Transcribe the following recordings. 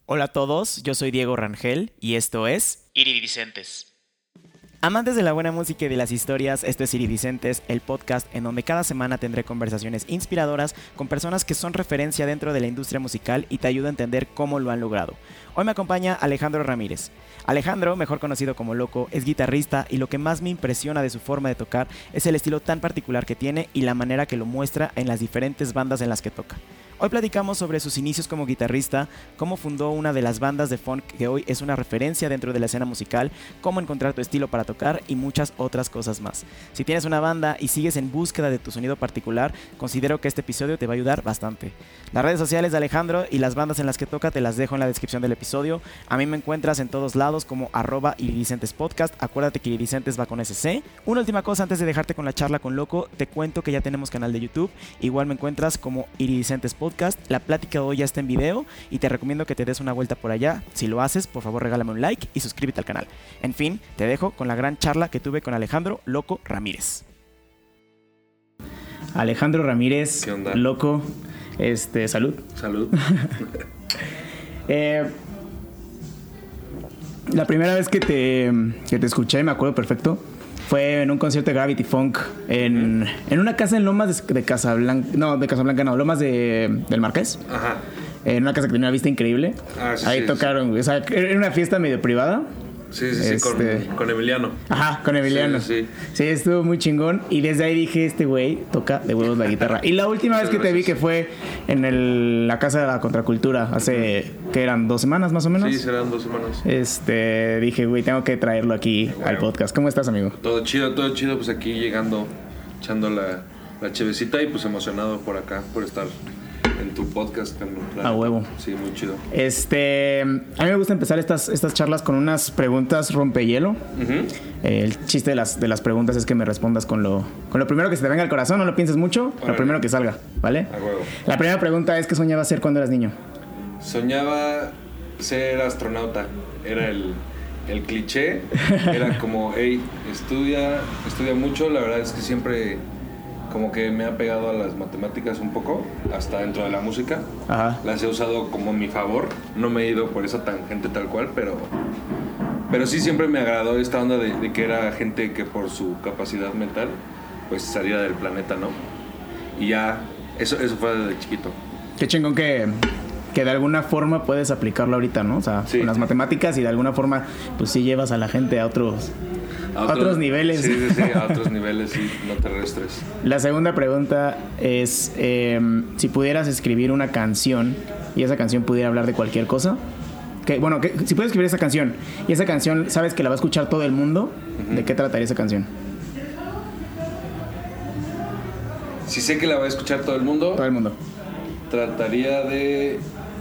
Hola a todos, yo soy Diego Rangel y esto es Iridicentes. Amantes de la buena música y de las historias, esto es Iridicentes, el podcast en donde cada semana tendré conversaciones inspiradoras con personas que son referencia dentro de la industria musical y te ayudo a entender cómo lo han logrado. Hoy me acompaña Alejandro Ramírez. Alejandro, mejor conocido como Loco, es guitarrista y lo que más me impresiona de su forma de tocar es el estilo tan particular que tiene y la manera que lo muestra en las diferentes bandas en las que toca. Hoy platicamos sobre sus inicios como guitarrista, cómo fundó una de las bandas de funk que hoy es una referencia dentro de la escena musical, cómo encontrar tu estilo para tocar y muchas otras cosas más. Si tienes una banda y sigues en búsqueda de tu sonido particular, considero que este episodio te va a ayudar bastante. Las redes sociales de Alejandro y las bandas en las que toca te las dejo en la descripción del episodio. A mí me encuentras en todos lados como @iridicentesPodcast. Acuérdate que Iridicentes va con SC. Una última cosa antes de dejarte con la charla con Loco, te cuento que ya tenemos canal de YouTube. Igual me encuentras como Iridicentes Podcast. La plática de hoy ya está en video y te recomiendo que te des una vuelta por allá. Si lo haces, por favor regálame un like y suscríbete al canal. En fin, te dejo con la gran charla que tuve con Alejandro Loco Ramírez. Alejandro Ramírez, ¿qué onda? Loco, salud. Salud. La primera vez que te escuché, me acuerdo perfecto, fue en un concierto de Gravity Funk en una casa en Lomas de Casablanca. No, de Casablanca no, Lomas del Marqués. Ajá. En una casa que tenía una vista increíble. Ahí tocaron, sí. O sea, era una fiesta medio privada. Sí, con Emiliano. Ajá, con Emiliano. Sí. Sí, estuvo muy chingón. Y desde ahí dije, este güey toca de huevos la guitarra. Y la última vez que te vi, que fue en la Casa de la Contracultura, hace, ¿qué eran? 2 semanas más o menos. Sí, serán 2 semanas. Dije, güey, tengo que traerlo aquí al podcast. ¿Cómo estás, amigo? Todo chido, pues aquí llegando, echando la chevecita y pues emocionado por acá, por estar en tu podcast. A huevo. Sí, muy chido. A mí me gusta empezar estas charlas con unas preguntas rompehielo. Uh-huh. El chiste de las preguntas es que me respondas con lo primero que se te venga al corazón, no lo pienses mucho, lo primero que salga, ¿vale? A huevo. La primera pregunta es: ¿qué soñabas ser cuando eras niño? Soñaba ser astronauta. Era el cliché. Era como, hey, estudia mucho. La verdad es que siempre como que me ha pegado a las matemáticas un poco, hasta dentro de la música. Ajá. Las he usado como a mi favor. No me he ido por esa tangente tal cual, pero sí siempre me agradó esta onda de que era gente que por su capacidad mental pues salía del planeta, ¿no? Y ya, eso fue desde chiquito. Qué chingón que de alguna forma puedes aplicarlo ahorita, ¿no? O sea, sí, con las matemáticas y de alguna forma pues sí llevas a la gente a otros niveles. Sí, a otros niveles, sí, no terrestres. La segunda pregunta es, si pudieras escribir una canción y esa canción pudiera hablar de cualquier cosa, si puedes escribir esa canción y esa canción sabes que la va a escuchar todo el mundo, uh-huh, ¿de qué trataría esa canción? Si sé que la va a escuchar todo el mundo. Todo el mundo. Trataría de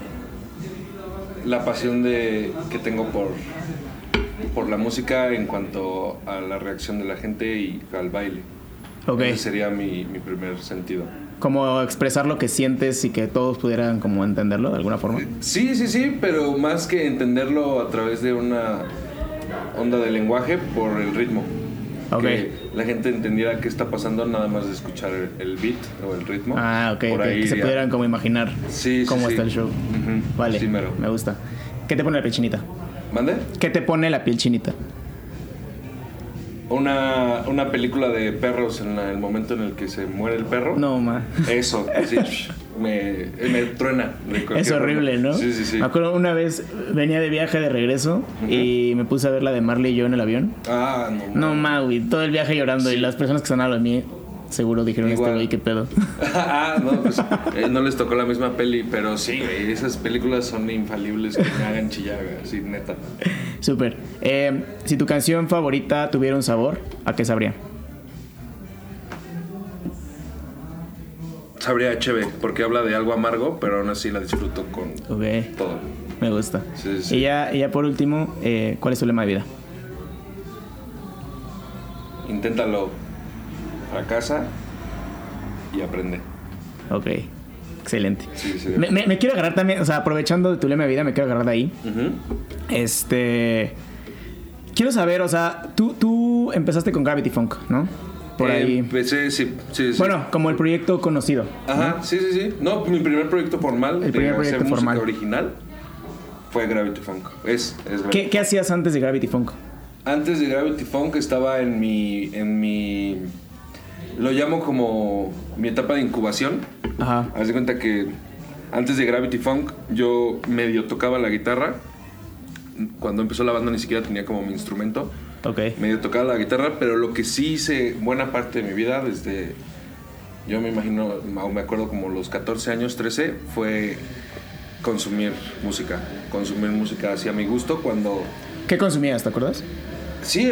la pasión que tengo por la música en cuanto a la reacción de la gente y al baile. Okay. Ese sería mi primer sentido. Como expresar lo que sientes y que todos pudieran como entenderlo de alguna forma. Sí, pero más que entenderlo a través de una onda de lenguaje, por el ritmo. Okay. Que la gente entendiera qué está pasando nada más de escuchar el beat o el ritmo. Ok. Por ahí que se pudieran como imaginar cómo está el show. Uh-huh. Vale, sí, mero. Me gusta. ¿Qué te pone la piel chinita? ¿Mande? ¿Qué te pone la piel chinita? Una película de perros en el momento en el que se muere el perro. No, ma. Eso, sí, me truena. Es horrible, forma. ¿no? Sí. Me acuerdo una vez venía de viaje de regreso, uh-huh, y me puse a ver la de Marley y yo en el avión. No, ma, güey, todo el viaje llorando, sí. Y las personas que están hablando de mí seguro dijeron, igual. Güey, qué pedo. No, pues no les tocó la misma peli, pero sí, güey, esas películas son infalibles que me hagan chillar, así, neta. Súper. Si tu canción favorita tuviera un sabor, ¿a qué sabría? Sabría chévere, porque habla de algo amargo, pero aún así la disfruto con todo. Me gusta. Sí. Y ya por último, ¿cuál es tu lema de vida? Inténtalo, fracasa y aprende. Ok, excelente. Sí. Me quiero agarrar también, o sea, aprovechando de tu lema de vida, me quiero agarrar de ahí. Uh-huh. Quiero saber, o sea, tú empezaste con Gravity Funk, ¿no? Por ahí. Empecé, sí. Bueno, como el proyecto conocido. Ajá, ¿no? Sí. No, mi primer proyecto formal. El primer proyecto hacer formal. Música original Fue Gravity Funk. Es Gravity ¿Qué hacías antes de Gravity Funk? Antes de Gravity Funk estaba en mi lo llamo como mi etapa de incubación. Ajá. Haz de cuenta que antes de Gravity Funk yo medio tocaba la guitarra. Cuando empezó la banda ni siquiera tenía como mi instrumento. Okay. Medio tocaba la guitarra, pero lo que sí hice buena parte de mi vida desde, yo me imagino, o me acuerdo como los 14 años, 13, fue consumir música hacia mi gusto. Cuando... ¿Qué consumías, te acuerdas? Sí,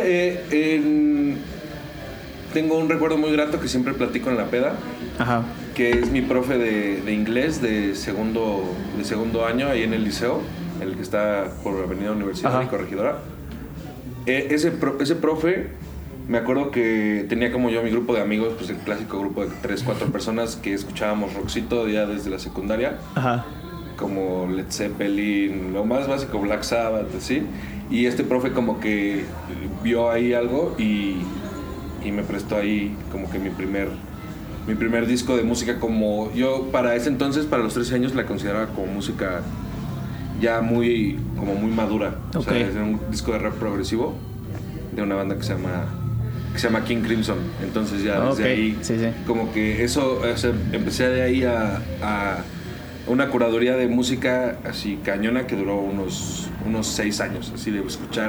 tengo un recuerdo muy grato que siempre platico en la peda. Ajá. Que es mi profe de inglés de segundo año ahí en el liceo, el que está por Avenida Universidad y Corregidora. Ese profe, me acuerdo que tenía como yo mi grupo de amigos, pues el clásico grupo de 3, 4 personas que escuchábamos rockcito ya desde la secundaria. Ajá. Como Led Zeppelin, lo más básico, Black Sabbath, así. Y este profe como que vio ahí algo y me prestó ahí como que mi primer disco de música. Como yo para ese entonces, para los 13 años, la consideraba como música ya muy madura. Okay. O sea, era un disco de rap progresivo de una banda que se llama King Crimson. Entonces ya desde ahí como que eso, o sea, empecé de ahí a una curaduría de música así cañona que duró unos 6 años, así de escuchar.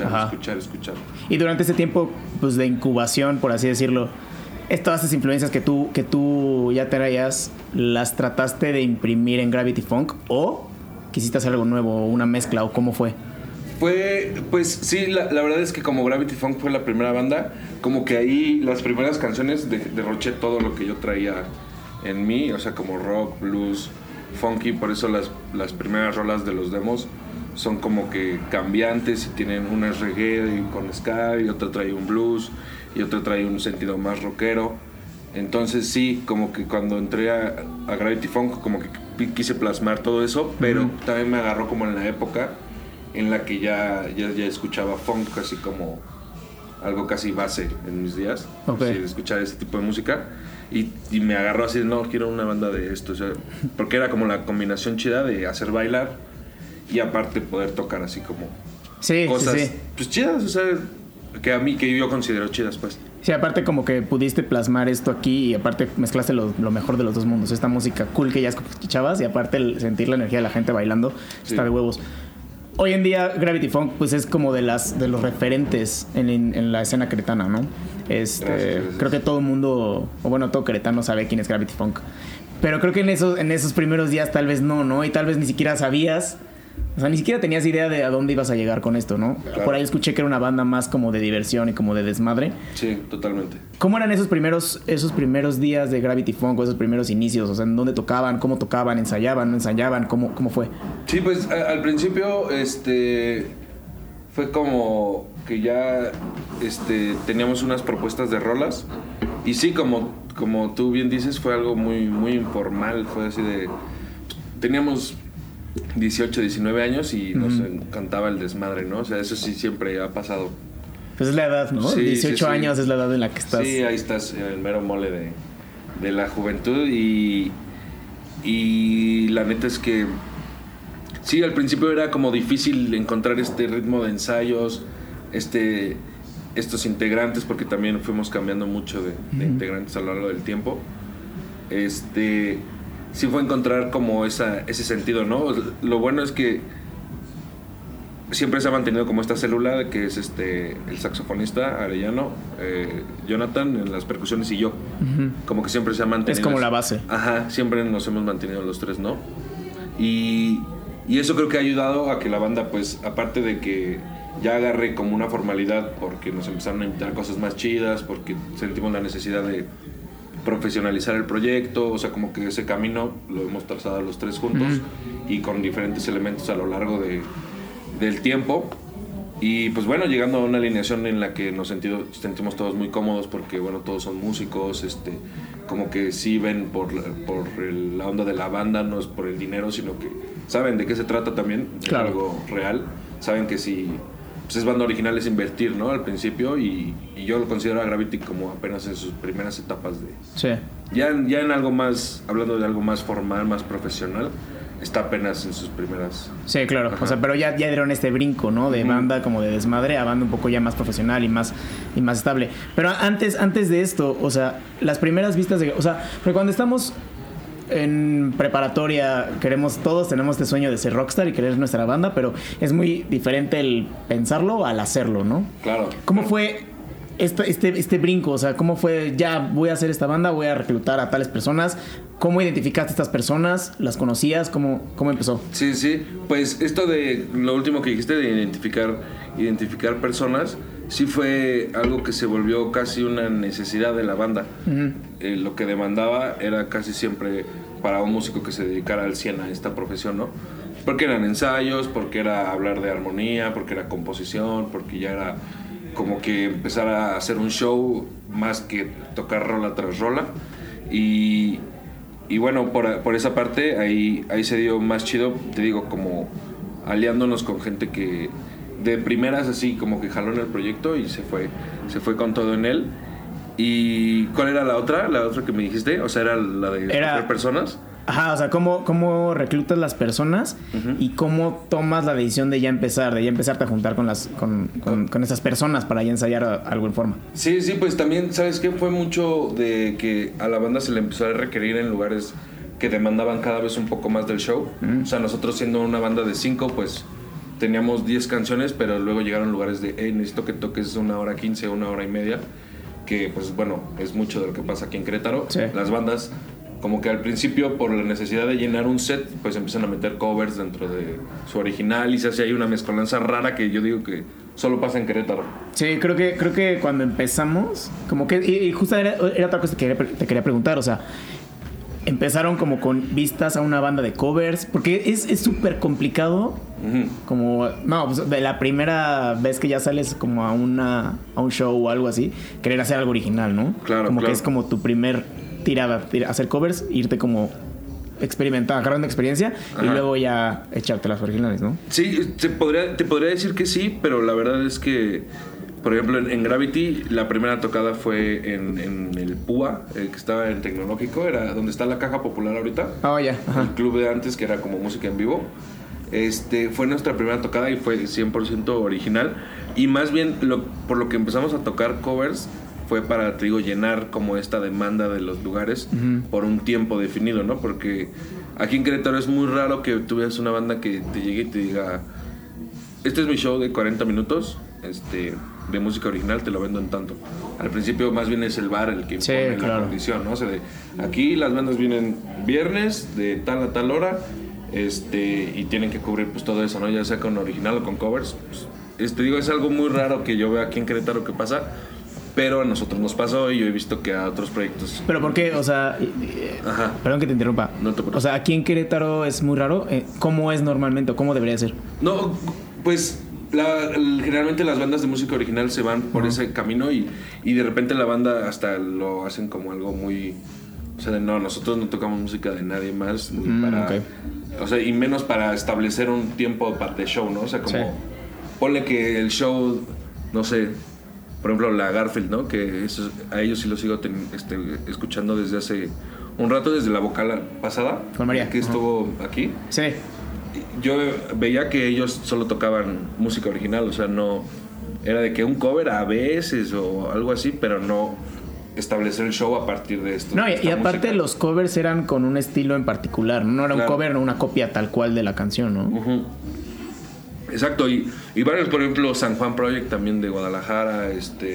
Y durante ese tiempo, pues de incubación, por así decirlo, todas esas influencias que tú ya traías, ¿las trataste de imprimir en Gravity Funk o quisiste hacer algo nuevo, una mezcla, o cómo fue? Pues sí, la verdad es que como Gravity Funk fue la primera banda, como que ahí las primeras canciones derroché todo lo que yo traía en mí, o sea, como rock, blues, funky. Por eso las primeras rolas de los demos son como que cambiantes y tienen una reggae con ska y otra trae un blues y otra trae un sentido más rockero. Entonces sí, como que cuando entré a Gravity Funk como que quise plasmar todo eso, pero también me agarró como en la época en la que ya escuchaba funk casi como algo casi base en mis días, así, de escuchar ese tipo de música. Y me agarró así de, no, quiero una banda de esto, o sea, porque era como la combinación chida de hacer bailar y aparte poder tocar así como cosas pues chidas, o sea, que yo considero chidas, pues. Sí, aparte como que pudiste plasmar esto aquí y aparte mezclaste lo mejor de los dos mundos, esta música cool que ya escuchabas y aparte sentir la energía de la gente bailando, está de huevos. Hoy en día Gravity Funk pues es como de los referentes en la escena queretana, ¿no? Gracias. Creo que todo el mundo, o bueno, todo queretano sabe quién es Gravity Funk. Pero creo que en esos primeros días tal vez no, y tal vez ni siquiera sabías, o sea, ni siquiera tenías idea de a dónde ibas a llegar con esto, ¿no? Claro. Por ahí escuché que era una banda más como de diversión y como de desmadre. Sí, totalmente. ¿Cómo eran esos primeros días de Gravity Funk o esos primeros inicios? O sea, ¿en dónde tocaban? ¿Cómo tocaban? ¿Ensayaban? ¿No ensayaban? ¿Cómo fue? Sí, pues al principio fue como que ya teníamos unas propuestas de rolas y sí, como tú bien dices, fue algo muy, muy informal. Fue así de... Teníamos 18, 19 años y nos encantaba el desmadre, ¿no? O sea, eso sí siempre ha pasado. Pues es la edad, ¿no? Sí, 18 años es la edad en la que estás. Sí, ahí estás en el mero mole de la juventud y la neta es que sí, al principio era como difícil encontrar este ritmo de ensayos, estos integrantes, porque también fuimos cambiando mucho de integrantes a lo largo del tiempo. Sí fue encontrar como ese sentido, ¿no? Lo bueno es que siempre se ha mantenido como esta célula de que es el saxofonista Arellano, Jonathan en las percusiones y yo. Como que siempre se ha mantenido. Es como la base. Ajá, siempre nos hemos mantenido los tres, ¿no? Y eso creo que ha ayudado a que la banda, pues, aparte de que ya agarre como una formalidad, porque nos empezaron a invitar cosas más chidas, porque sentimos la necesidad de profesionalizar el proyecto, o sea, como que ese camino lo hemos trazado los tres juntos y con diferentes elementos a lo largo del tiempo. Y pues bueno, llegando a una alineación en la que nos sentimos todos muy cómodos porque bueno, todos son músicos, como que sí ven por la onda de la banda, no es por el dinero, sino que saben de qué se trata también, de algo real, saben que si pues es banda original es invertir, ¿no? Al principio y yo lo considero a Gravity como apenas en sus primeras etapas de... Sí. Ya en algo más, hablando de algo más formal, más profesional, está apenas en sus primeras... Sí, claro. Ajá. O sea, pero ya dieron este brinco, ¿no? De banda como de desmadre a banda un poco ya más profesional y más estable. Pero antes de esto, o sea, las primeras vistas de... O sea, porque cuando estamos en preparatoria todos tenemos este sueño de ser rockstar y querer nuestra banda, pero es muy diferente el pensarlo al hacerlo, ¿no? Claro. ¿Cómo fue este brinco? O sea, ¿cómo fue? Ya voy a hacer esta banda, voy a reclutar a tales personas. ¿Cómo identificaste a estas personas? ¿Las conocías? ¿Cómo empezó? Sí. Pues esto de lo último que dijiste de identificar personas, sí fue algo que se volvió casi una necesidad de la banda. Uh-huh. Lo que demandaba era casi siempre para un músico que se dedicara al 100 a esta profesión, ¿no? Porque eran ensayos, porque era hablar de armonía, porque era composición, porque ya era como que empezar a hacer un show más que tocar rola tras rola. Y bueno, por esa parte ahí se dio más chido, te digo, como aliándonos con gente que de primeras así como que jaló en el proyecto y se fue con todo en él. ¿Y cuál era la otra que me dijiste? O sea, era la de escoger personas. Ajá, o sea, ¿cómo reclutas las personas? Uh-huh. Y cómo tomas la decisión de ya empezarte a juntar con esas personas para ya ensayar algo en forma. Sí, pues también, ¿sabes qué? Fue mucho de que a la banda se le empezó a requerir en lugares que demandaban cada vez un poco más del show. Uh-huh. O sea, nosotros siendo una banda de 5, pues teníamos 10 canciones, pero luego llegaron lugares de, necesito que toques 1 hora 15, 1 hora y media, que pues bueno, es mucho de lo que pasa aquí en Querétaro. Sí. Las bandas como que al principio, por la necesidad de llenar un set, pues empiezan a meter covers dentro de su original y se hace ahí una mezcolanza rara que yo digo que solo pasa en Querétaro. Sí, creo que cuando empezamos, como que, y justo era otra cosa que te quería preguntar, o sea, empezaron como con vistas a una banda de covers, porque es súper complicado. Uh-huh. Como, no, pues de la primera vez que ya sales como a un show o algo así, querer hacer algo original, ¿no? Claro, como que es como tu primer tirada, hacer covers, irte como experimentar, agarrar una experiencia. Ajá. Y luego ya echarte las originales, ¿no? Sí, te podría decir que sí, pero la verdad es que, por ejemplo, en Gravity, la primera tocada fue en el PUA, que estaba en Tecnológico, era donde está la Caja Popular ahorita. Oh, ya. Yeah. El club de antes, que era como música en vivo. Fue nuestra primera tocada y fue 100% original. Y más bien, por lo que empezamos a tocar covers, fue para, te digo, llenar como esta demanda de los lugares. Uh-huh. Por un tiempo definido, ¿no? Porque aquí en Querétaro es muy raro que tú veas una banda que te llegue y te diga, este es mi show de 40 minutos de música original, te lo vendo en tanto. Al principio más bien es el bar el que pone la condición, ¿no? O sea, aquí las bandas vienen viernes de tal a tal hora, y tienen que cubrir pues todo eso, ¿no? Ya sea con original o con covers. Pues, digo, es algo muy raro que yo veo aquí en Querétaro que pasa. Pero a nosotros nos pasó y yo he visto que a otros proyectos... ¿Pero por qué? O sea... Ajá. Perdón que te interrumpa. No te preocupes. O sea, aquí en Querétaro es muy raro. ¿Cómo es normalmente o cómo debería ser? No, pues... generalmente las bandas de música original se van por ese camino y de repente la banda hasta lo hacen como algo muy... O sea, nosotros no tocamos música de nadie más ni para... Okay. O sea, y menos para establecer un tiempo de show, ¿no? O sea, como... Sí. Ponle que el show, no sé... Por ejemplo, la Garfield, ¿no? Que a ellos sí los sigo escuchando desde hace un rato, desde la vocal pasada. Con María. Que estuvo aquí. Sí. Yo veía que ellos solo tocaban música original, o sea, no... Era de que un cover a veces o algo así, pero no establecer el show a partir de esto. No, y aparte los covers eran con un estilo en particular. No era un cover, no una copia tal cual de la canción, ¿no? Uh-huh. Exacto, y varios, por ejemplo, San Juan Project también de Guadalajara,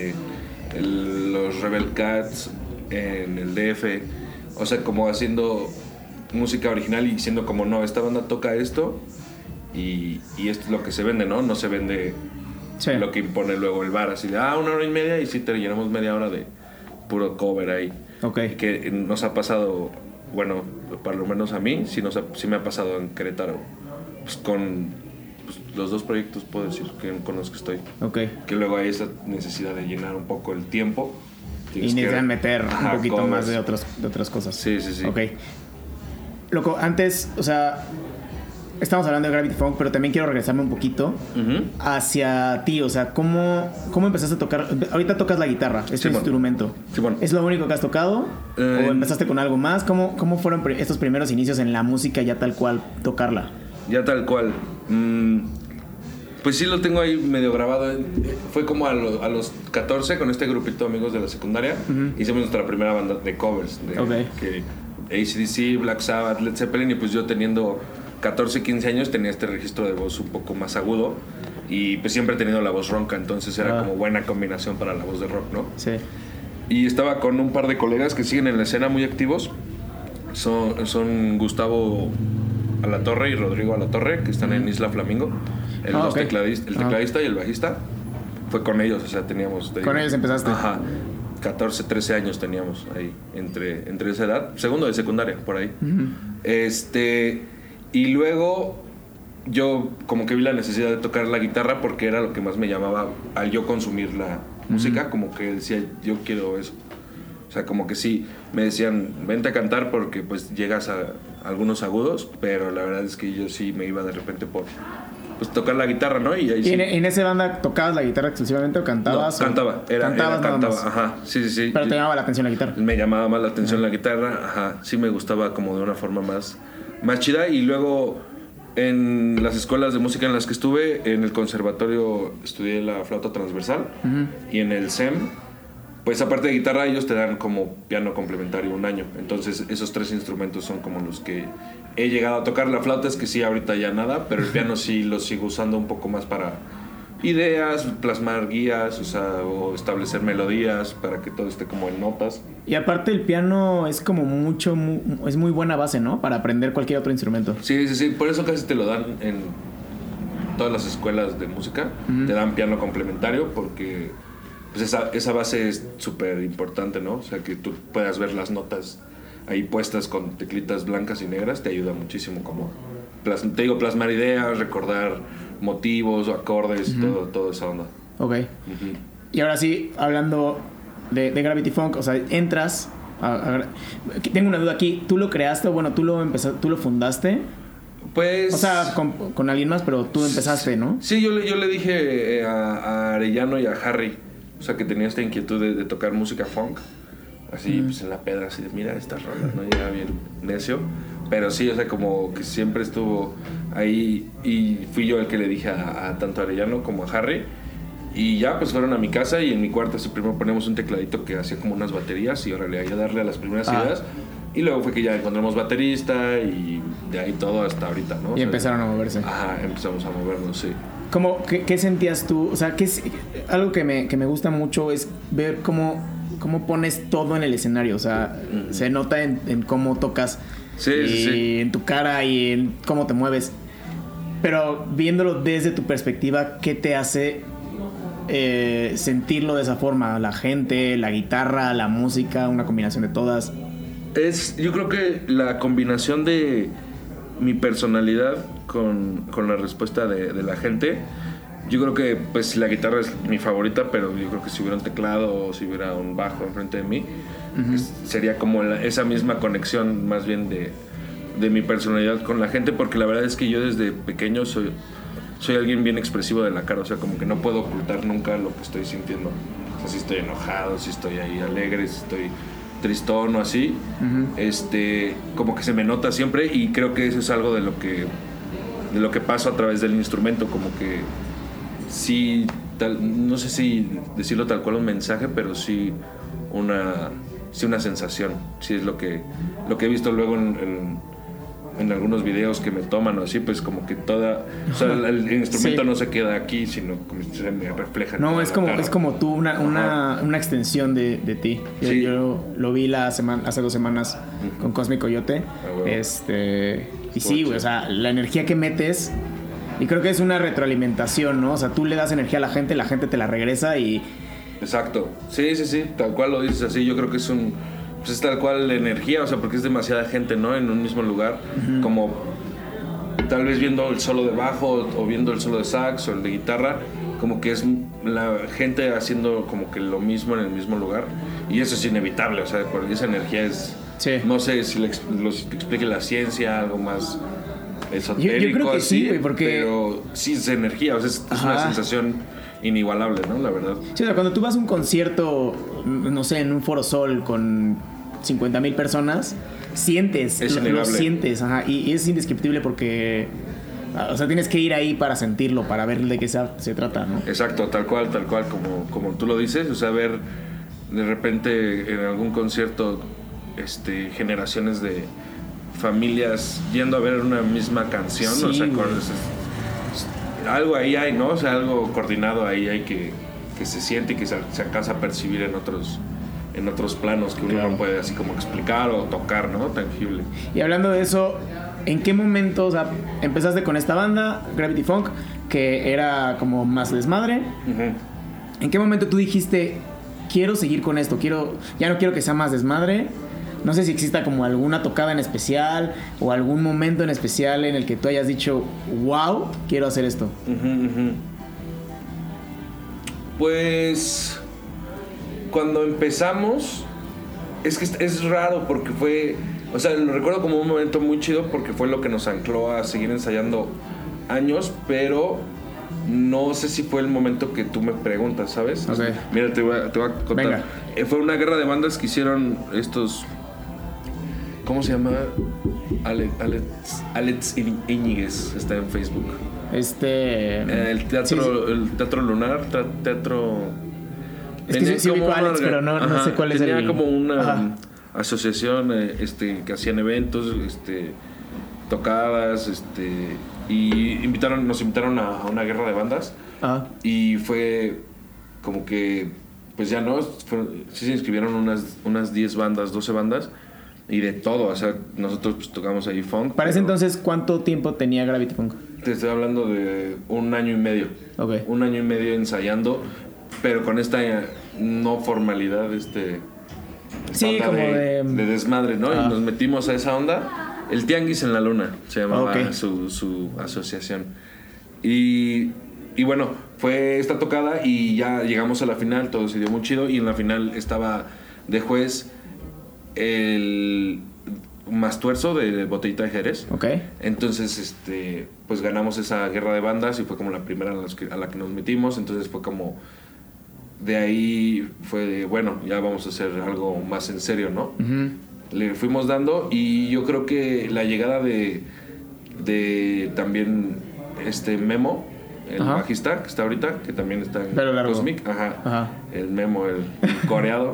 los Rebel Cats en el DF, o sea, como haciendo música original y diciendo como, no, esta banda toca esto y esto es lo que se vende, ¿no? No se vende lo que impone luego el bar, así de, 1 hora y media y sí te llenamos media hora de puro cover ahí. Okay. Que nos ha pasado, bueno, por lo menos a mí, sí me ha pasado en Querétaro, pues con... los 2 proyectos puedo decir que con los que estoy. Okay. Que luego hay esa necesidad de llenar un poco el tiempo. Y necesitan meter un poquito covers. Más de otras cosas. Sí. Ok. Loco, antes, o sea, estamos hablando de Gravity Funk, pero también quiero regresarme un poquito hacia ti. O sea, ¿cómo empezaste a tocar? Ahorita tocas la guitarra, es tu instrumento. Sí, bueno. ¿Es lo único que has tocado? ¿O empezaste con algo más? ¿Cómo fueron estos primeros inicios en la música ya tal cual tocarla? Ya tal cual. Pues sí lo tengo ahí medio grabado. Fue como a los 14 con este grupito de amigos de la secundaria. Hicimos nuestra primera banda de covers. Que AC/DC, Black Sabbath, Led Zeppelin. Y pues yo teniendo 14, 15 años tenía este registro de voz un poco más agudo. Y pues siempre he tenido la voz ronca. Entonces era como buena combinación para la voz de rock, ¿no? Sí. Y estaba con un par de colegas que siguen en la escena muy activos. Son Gustavo Alatorre y Rodrigo Alatorre, que están en Isla Flamingo. El tecladista y el bajista. Fue con ellos, o sea, teníamos... ¿Con ellos empezaste? Ajá, 14, 13 años teníamos ahí, entre esa edad. Segundo de secundaria, por ahí. Y luego yo como que vi la necesidad de tocar la guitarra porque era lo que más me llamaba al yo consumir la música. Como que decía, yo quiero eso. O sea, como que sí, me decían, vente a cantar porque pues llegas a algunos agudos, pero la verdad es que yo sí me iba de repente por... pues tocar la guitarra, ¿no? Y ahí sí. ¿En esa banda tocabas la guitarra exclusivamente o cantabas? No, cantaba. Cantaba, ajá. Sí. Pero te llamaba la atención la guitarra. Me llamaba más la atención la guitarra, ajá. Sí me gustaba como de una forma más chida. Y luego en las escuelas de música en las que estuve, en el conservatorio estudié la flauta transversal y en el SEM, pues aparte de guitarra ellos te dan como piano complementario un año. Entonces esos 3 instrumentos son como los que he llegado a tocar. La flauta es que sí, ahorita ya nada, pero el piano sí lo sigo usando un poco más para ideas, plasmar guías, o establecer melodías para que todo esté como en notas. Y aparte el piano es como es muy buena base, ¿no? Para aprender cualquier otro instrumento. Sí, por eso casi te lo dan en todas las escuelas de música. Te dan piano complementario porque pues esa base es súper importante, ¿no? O sea, que tú puedas ver las notas ahí puestas con teclitas blancas y negras te ayuda muchísimo como plasmar ideas, recordar motivos o acordes, todo esa onda. Ok. Y ahora sí, hablando de Gravity Funk, o sea, entras tengo una duda aquí, ¿tú lo creaste o bueno, tú lo fundaste? Pues... O sea, con alguien más, pero tú empezaste, ¿no? Sí, yo le dije a Arellano y a Harry, o sea, que tenía esta inquietud de tocar música funk. Así, pues en la pedra, así de, mira estas rolas, ¿no? Y era bien necio. Pero sí, o sea, como que siempre estuvo ahí. Y fui yo el que le dije a tanto a Arellano como a Harry. Y ya, pues fueron a mi casa y en mi cuarto primero ponemos un tecladito que hacía como unas baterías. Y órale, ahí a darle a las primeras ideas. Y luego fue que ya encontramos baterista y de ahí todo hasta ahorita, ¿no? Y empezaron a moverse. Ajá, empezamos a movernos, sí. ¿Qué sentías tú? O sea, algo que me gusta mucho es ver cómo pones todo en el escenario. O sea, se nota en cómo tocas. Sí. En tu cara y en cómo te mueves. Pero viéndolo desde tu perspectiva, ¿qué te hace sentirlo de esa forma? La gente, la guitarra, la música, una combinación de todas. Yo creo que la combinación de mi personalidad con la respuesta de la gente. Yo creo que pues la guitarra es mi favorita, pero yo creo que si hubiera un teclado o si hubiera un bajo enfrente de mí, sería como esa misma conexión más bien de mi personalidad con la gente, porque la verdad es que yo desde pequeño soy alguien bien expresivo de la cara, o sea, como que no puedo ocultar nunca lo que estoy sintiendo. O sea, si estoy enojado, si estoy ahí alegre, si estoy tristón o así, como que se me nota siempre, y creo que eso es algo de lo que paso a través del instrumento, como que sí, no sé si decirlo tal cual un mensaje, pero sí una sensación. Sí es lo que he visto luego en algunos videos que me toman o así, pues como que o sea, el instrumento no se queda aquí, sino como se me refleja. No, es como tú, una extensión de ti. Sí. Yo lo vi hace 2 semanas con Cosmic Coyote. Y sí, güey, o sea, la energía que metes. Y creo que es una retroalimentación, ¿no? O sea, tú le das energía a la gente te la regresa y... Exacto. Sí, tal cual lo dices así. Yo creo que es pues es tal cual la energía, o sea, porque es demasiada gente, ¿no? En un mismo lugar. Como tal vez viendo el solo de bajo o viendo el solo de sax o el de guitarra, como que es la gente haciendo como que lo mismo en el mismo lugar. Y eso es inevitable, o sea, porque esa energía es... Sí. No sé si lo explique la ciencia, algo más esotérico. Yo creo que así, sí, güey, porque... Pero sí es energía, o sea, es una sensación inigualable, ¿no? La verdad. Sí, o sea, cuando tú vas a un concierto, no sé, en un Foro Sol con 50,000 personas, sientes, lo sientes, ajá, y es indescriptible porque... O sea, tienes que ir ahí para sentirlo, para ver de qué se trata, ¿no? Exacto, tal cual, como tú lo dices. O sea, ver de repente en algún concierto generaciones de familias yendo a ver una misma canción. Sí, o sea, algo ahí hay, ¿no? O sea, algo coordinado ahí hay que se siente y que se alcanza a percibir en otros planos que uno no puede así como explicar o tocar, ¿no? Tangible. Y hablando de eso, ¿en qué momento, o sea, empezaste con esta banda, Gravity Funk, que era como más desmadre? Uh-huh. ¿En qué momento tú dijiste, quiero seguir con esto, ya no quiero que sea más desmadre? No sé si exista como alguna tocada en especial o algún momento en especial en el que tú hayas dicho, wow, quiero hacer esto. Uh-huh, uh-huh. Pues cuando empezamos, es que es raro porque fue... O sea, lo recuerdo como un momento muy chido porque fue lo que nos ancló a seguir ensayando años, pero no sé si fue el momento que tú me preguntas, ¿sabes? Okay. Mira, te voy a contar. Venga. Fue una guerra de bandas que hicieron estos... ¿Cómo se llama? Alex Íñiguez está en Facebook. El Teatro Lunar, teatro... Es que sí ubico a Alex, pero no sé cuál es el... Tenía como una... asociación que hacían eventos, tocadas, y nos invitaron a una guerra de bandas. Y fue como que pues ya no, sí se inscribieron unas 10 bandas, 12 bandas y de todo, o sea, nosotros pues tocamos ahí funk. Para ese entonces, ¿cuánto tiempo tenía Gravity Funk? Te estoy hablando de 1 año y medio. Okay. 1 año y medio ensayando, pero con esta no formalidad, sí, como de desmadre, ¿no? Y nos metimos a esa onda. El Tianguis en la Luna se llamaba su asociación. Y bueno, fue esta tocada y ya llegamos a la final, todo se dio muy chido. Y en la final estaba de juez el Mastuerzo de Botellita de Jerez. Okay. Entonces, pues ganamos esa guerra de bandas y fue como la primera a la que nos metimos. Entonces fue como... De ahí fue de, bueno, ya vamos a hacer algo más en serio, ¿no? Uh-huh. Le fuimos dando y yo creo que la llegada de también Memo, el bajista que está ahorita, que también está en Cosmic, el Memo, el coreado,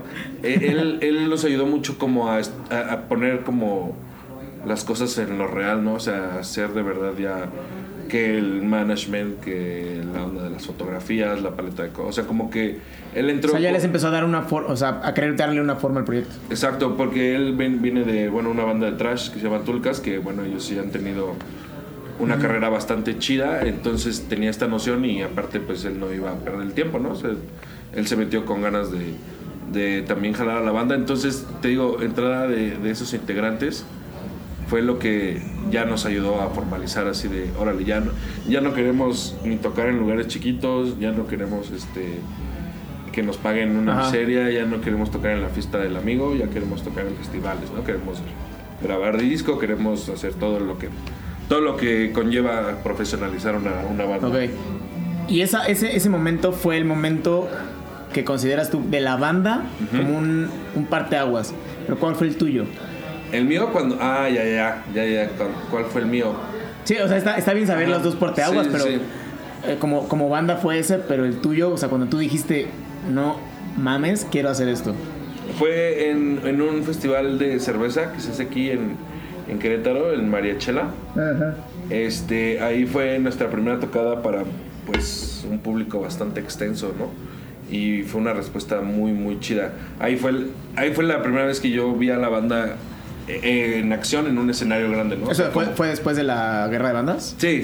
él nos ayudó mucho como a poner como las cosas en lo real, ¿no? O sea, hacer de verdad ya... que el management, que la onda de las fotografías, la paleta de cosas, o sea, como que él entró... O sea, ya les empezó a dar una forma, o sea, a querer darle una forma al proyecto. Exacto, porque él viene de, bueno, una banda de thrash que se llama Tulcas, que, bueno, ellos sí han tenido una carrera bastante chida, entonces tenía esta noción y aparte, pues, él no iba a perder el tiempo, ¿no? O sea, él se metió con ganas de también jalar a la banda, entonces, te digo, entrada de esos integrantes fue lo que ya nos ayudó a formalizar así de, órale, ya no queremos ni tocar en lugares chiquitos, ya no queremos que nos paguen una miseria, ya no queremos tocar en la fiesta del amigo, ya queremos tocar en festivales, ¿no? Queremos grabar disco, queremos hacer todo lo que conlleva profesionalizar una banda. Okay. Y ese momento fue el momento que consideras tú de la banda como un parteaguas. Pero ¿cuál fue el tuyo? El mío cuando... ya. ¿Cuál fue el mío? Sí, o sea, está bien saber los dos parteaguas, pero sí. Como banda fue ese, pero el tuyo, o sea, cuando tú dijiste, no mames, quiero hacer esto. Fue en un festival de cerveza que se hace aquí en Querétaro, en Mariachela. Ajá. Ahí fue nuestra primera tocada para, pues, un público bastante extenso, ¿no? Y fue una respuesta muy, muy chida. Ahí fue la primera vez que yo vi a la banda en acción en un escenario grande, ¿no? ¿Eso fue después de la guerra de bandas? Sí,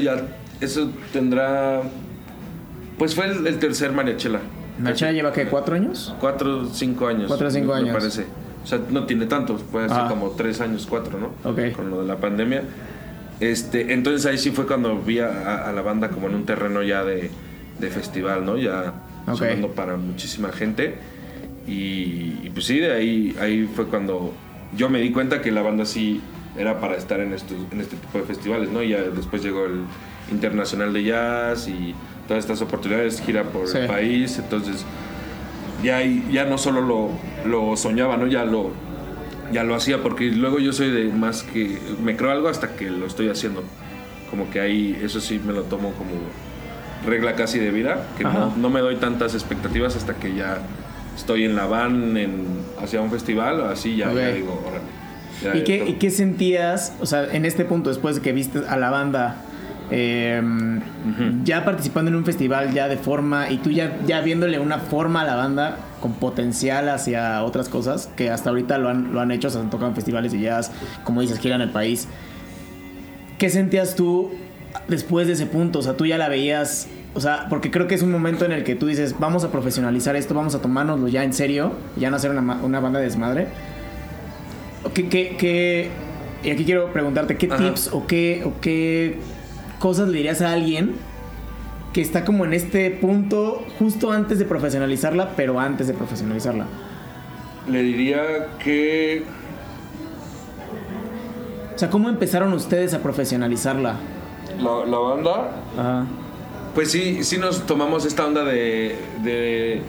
eso tendrá... Pues fue el tercer Mariachela. ¿Mariachela lleva qué, 4 años? 4 o 5 años. 4 o 5 años. Me parece. O sea, no tiene tanto, puede ser como 3 años, 4, ¿no? Okay. Con lo de la pandemia. Entonces ahí sí fue cuando vi a la banda como en un terreno ya de festival, ¿no? Ya sonando para muchísima gente. Y pues sí, de ahí fue cuando yo me di cuenta que la banda sí era para estar en este tipo de festivales, ¿no? Y ya después llegó el Internacional de Jazz y todas estas oportunidades, gira por el país, entonces ya no solo lo soñaba, ¿no? Ya lo hacía, porque luego yo soy de más que me creo algo hasta que lo estoy haciendo. Como que ahí, eso sí me lo tomo como regla casi de vida, que no me doy tantas expectativas hasta que ya estoy en la van hacia un festival, así ya digo, órale. ¿Y qué sentías, o sea, en este punto, después de que viste a la banda ya participando en un festival ya de forma, y tú ya viéndole una forma a la banda con potencial hacia otras cosas, que hasta ahorita lo han hecho, o sea, han tocado en festivales de jazz, como dices, giran el país? ¿Qué sentías tú después de ese punto? O sea, tú ya la veías, o sea, porque creo que es un momento en el que tú dices, vamos a profesionalizar esto, vamos a tomárnoslo ya en serio, ya no hacer una banda de desmadre. Y aquí quiero preguntarte, ¿qué tips o qué cosas le dirías a alguien que está como en este punto justo antes de profesionalizarla, pero antes de profesionalizarla? Le diría que... O sea, ¿cómo empezaron ustedes a profesionalizarla? La banda... Ajá. Pues sí nos tomamos esta onda de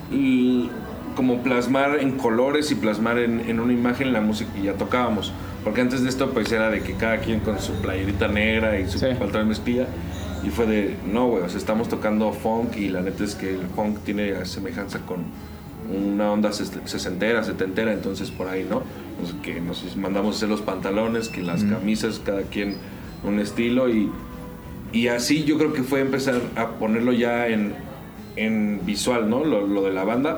como plasmar en colores y plasmar en una imagen la música que ya tocábamos. Porque antes de esto pues era de que cada quien con su playerita negra y su pantalón de mezclilla. Y fue de, no güey, o sea, estamos tocando funk y la neta es que el funk tiene semejanza con una onda sesentera, setentera, entonces por ahí, ¿no? Pues que nos mandamos a hacer los pantalones, que las camisas, cada quien un estilo y así yo creo que fue empezar a ponerlo ya en visual, ¿no? Lo de la banda.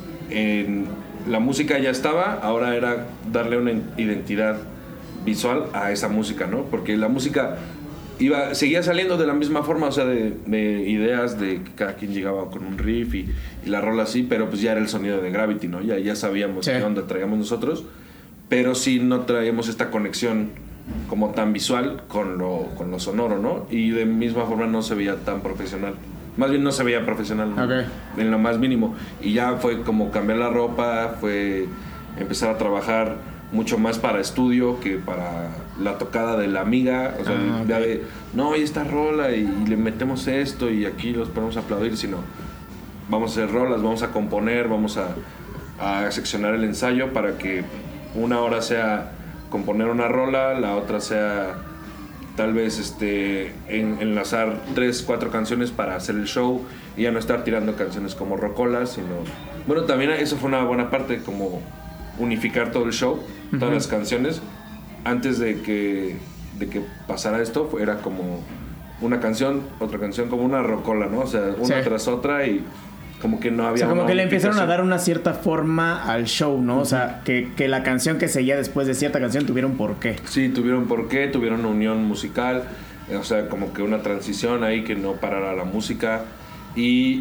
La música ya estaba, ahora era darle una identidad visual a esa música, ¿no? Porque la música seguía saliendo de la misma forma, o sea, de ideas de que cada quien llegaba con un riff y la rola así, pero pues ya era el sonido de Gravity, ¿no? Ya sabíamos qué onda traíamos nosotros, pero sí no traíamos esta conexión como tan visual con lo sonoro, ¿no? Y de misma forma no se veía tan profesional. Más bien no se veía profesional, ¿no? En lo más mínimo. Y ya fue como cambiar la ropa, fue empezar a trabajar mucho más para estudio que para la tocada de la amiga. O sea, ya de, no, y esta rola y le metemos esto y aquí los ponemos a aplaudir, sino vamos a hacer rolas, vamos a componer, vamos a seccionar el ensayo para que una hora sea componer una rola, la otra sea tal vez enlazar 3-4 canciones para hacer el show y ya no estar tirando canciones como rocolas, sino... Bueno, también eso fue una buena parte, como unificar todo el show, todas las canciones. Antes de que pasara esto, era como una canción, otra canción, como una rocola, ¿no? O sea, una tras otra y como que no había... O sea, como que le empezaron a dar una cierta forma al show, ¿no? O sea, que la canción que seguía después de cierta canción tuviera un porqué. Sí, tuvieron porqué, tuvieron una unión musical, o sea, como que una transición ahí que no parara la música. Y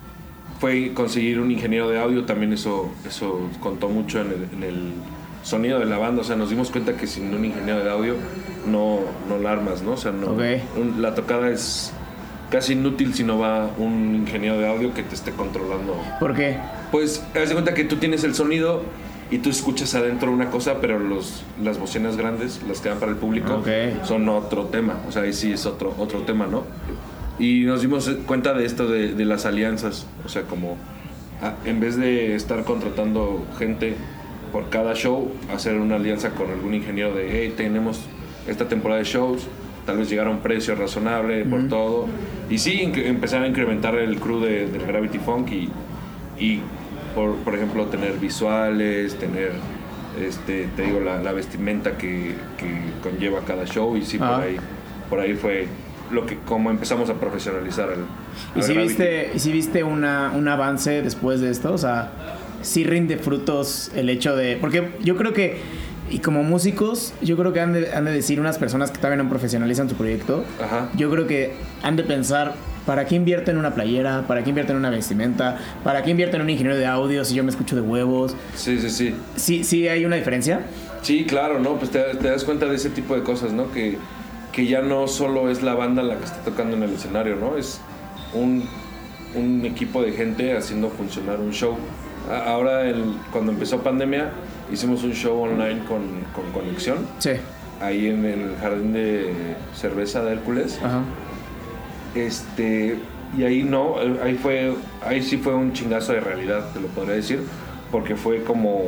fue conseguir un ingeniero de audio, también eso contó mucho en el sonido de la banda. O sea, nos dimos cuenta que sin un ingeniero de audio no la armas, ¿no? O sea, no, la tocada es casi inútil si no va un ingeniero de audio que te esté controlando. ¿Por qué? Pues haz de cuenta que tú tienes el sonido y tú escuchas adentro una cosa, pero las bocinas grandes, las que dan para el público, son otro tema. O sea, ahí sí es otro tema, ¿no? Y nos dimos cuenta de esto de las alianzas. O sea, como en vez de estar contratando gente por cada show, hacer una alianza con algún ingeniero de, hey, tenemos esta temporada de shows, tal vez llegar a un precio razonable por todo. Y sí, empezar a incrementar el crew del Gravity Funk y por ejemplo, tener visuales, tener, te digo, la vestimenta que conlleva cada show. Y sí, por ahí fue como empezamos a profesionalizar ¿Y si viste un avance después de esto? O sea, sí rinde frutos el hecho de... Porque yo creo que, y como músicos, yo creo que han de decir unas personas que todavía no profesionalizan su proyecto, yo creo que han de pensar, ¿para qué invierto en una playera? ¿Para qué invierto en una vestimenta? ¿Para qué invierto en un ingeniero de audio si yo me escucho de huevos? Sí. ¿Sí hay una diferencia? Sí, claro, ¿no? Pues te das cuenta de ese tipo de cosas, ¿no? Que ya no solo es la banda la que está tocando en el escenario, ¿no? Es un equipo de gente haciendo funcionar un show. Ahora, cuando empezó pandemia, hicimos un show online con conexión. Sí. ahí en el jardín de cerveza de Hércules. Ajá. Y ahí no, ahí sí fue un chingazo de realidad, te lo podría decir, porque fue como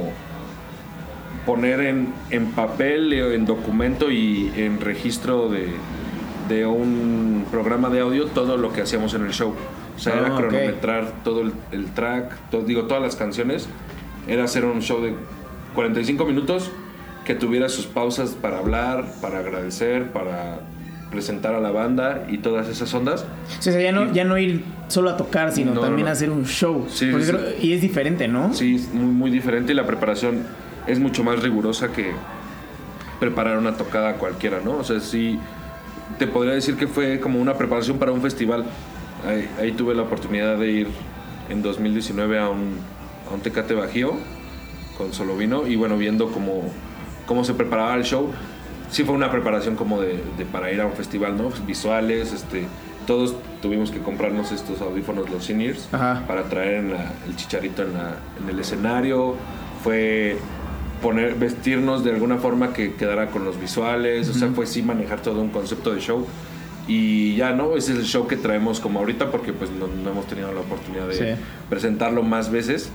poner en papel, en documento y en registro de un programa de audio todo lo que hacíamos en el show. O sea, era cronometrar todo el track, todas las canciones. Era hacer un show de 45 minutos que tuviera sus pausas para hablar, para agradecer, para presentar a la banda y todas esas ondas. O sea, ya no ir solo a tocar, sino también hacer un show. Sí, y es diferente, ¿no? Sí, es muy, muy diferente y la preparación es mucho más rigurosa que preparar una tocada cualquiera, ¿no? O sea, sí, te podría decir que fue como una preparación para un festival. Ahí tuve la oportunidad de ir en 2019 a un Tecate Bajío con Solo Vino y bueno, viendo cómo se preparaba el show. Sí fue una preparación como de para ir a un festival, ¿no? Visuales, todos tuvimos que comprarnos estos audífonos, los in-ears, para traer el chicharito en el escenario. Fue vestirnos de alguna forma que quedara con los visuales, o sea, fue sí manejar todo un concepto de show. Y ya, ¿no? Ese es el show que traemos como ahorita porque pues no hemos tenido la oportunidad de presentarlo más veces.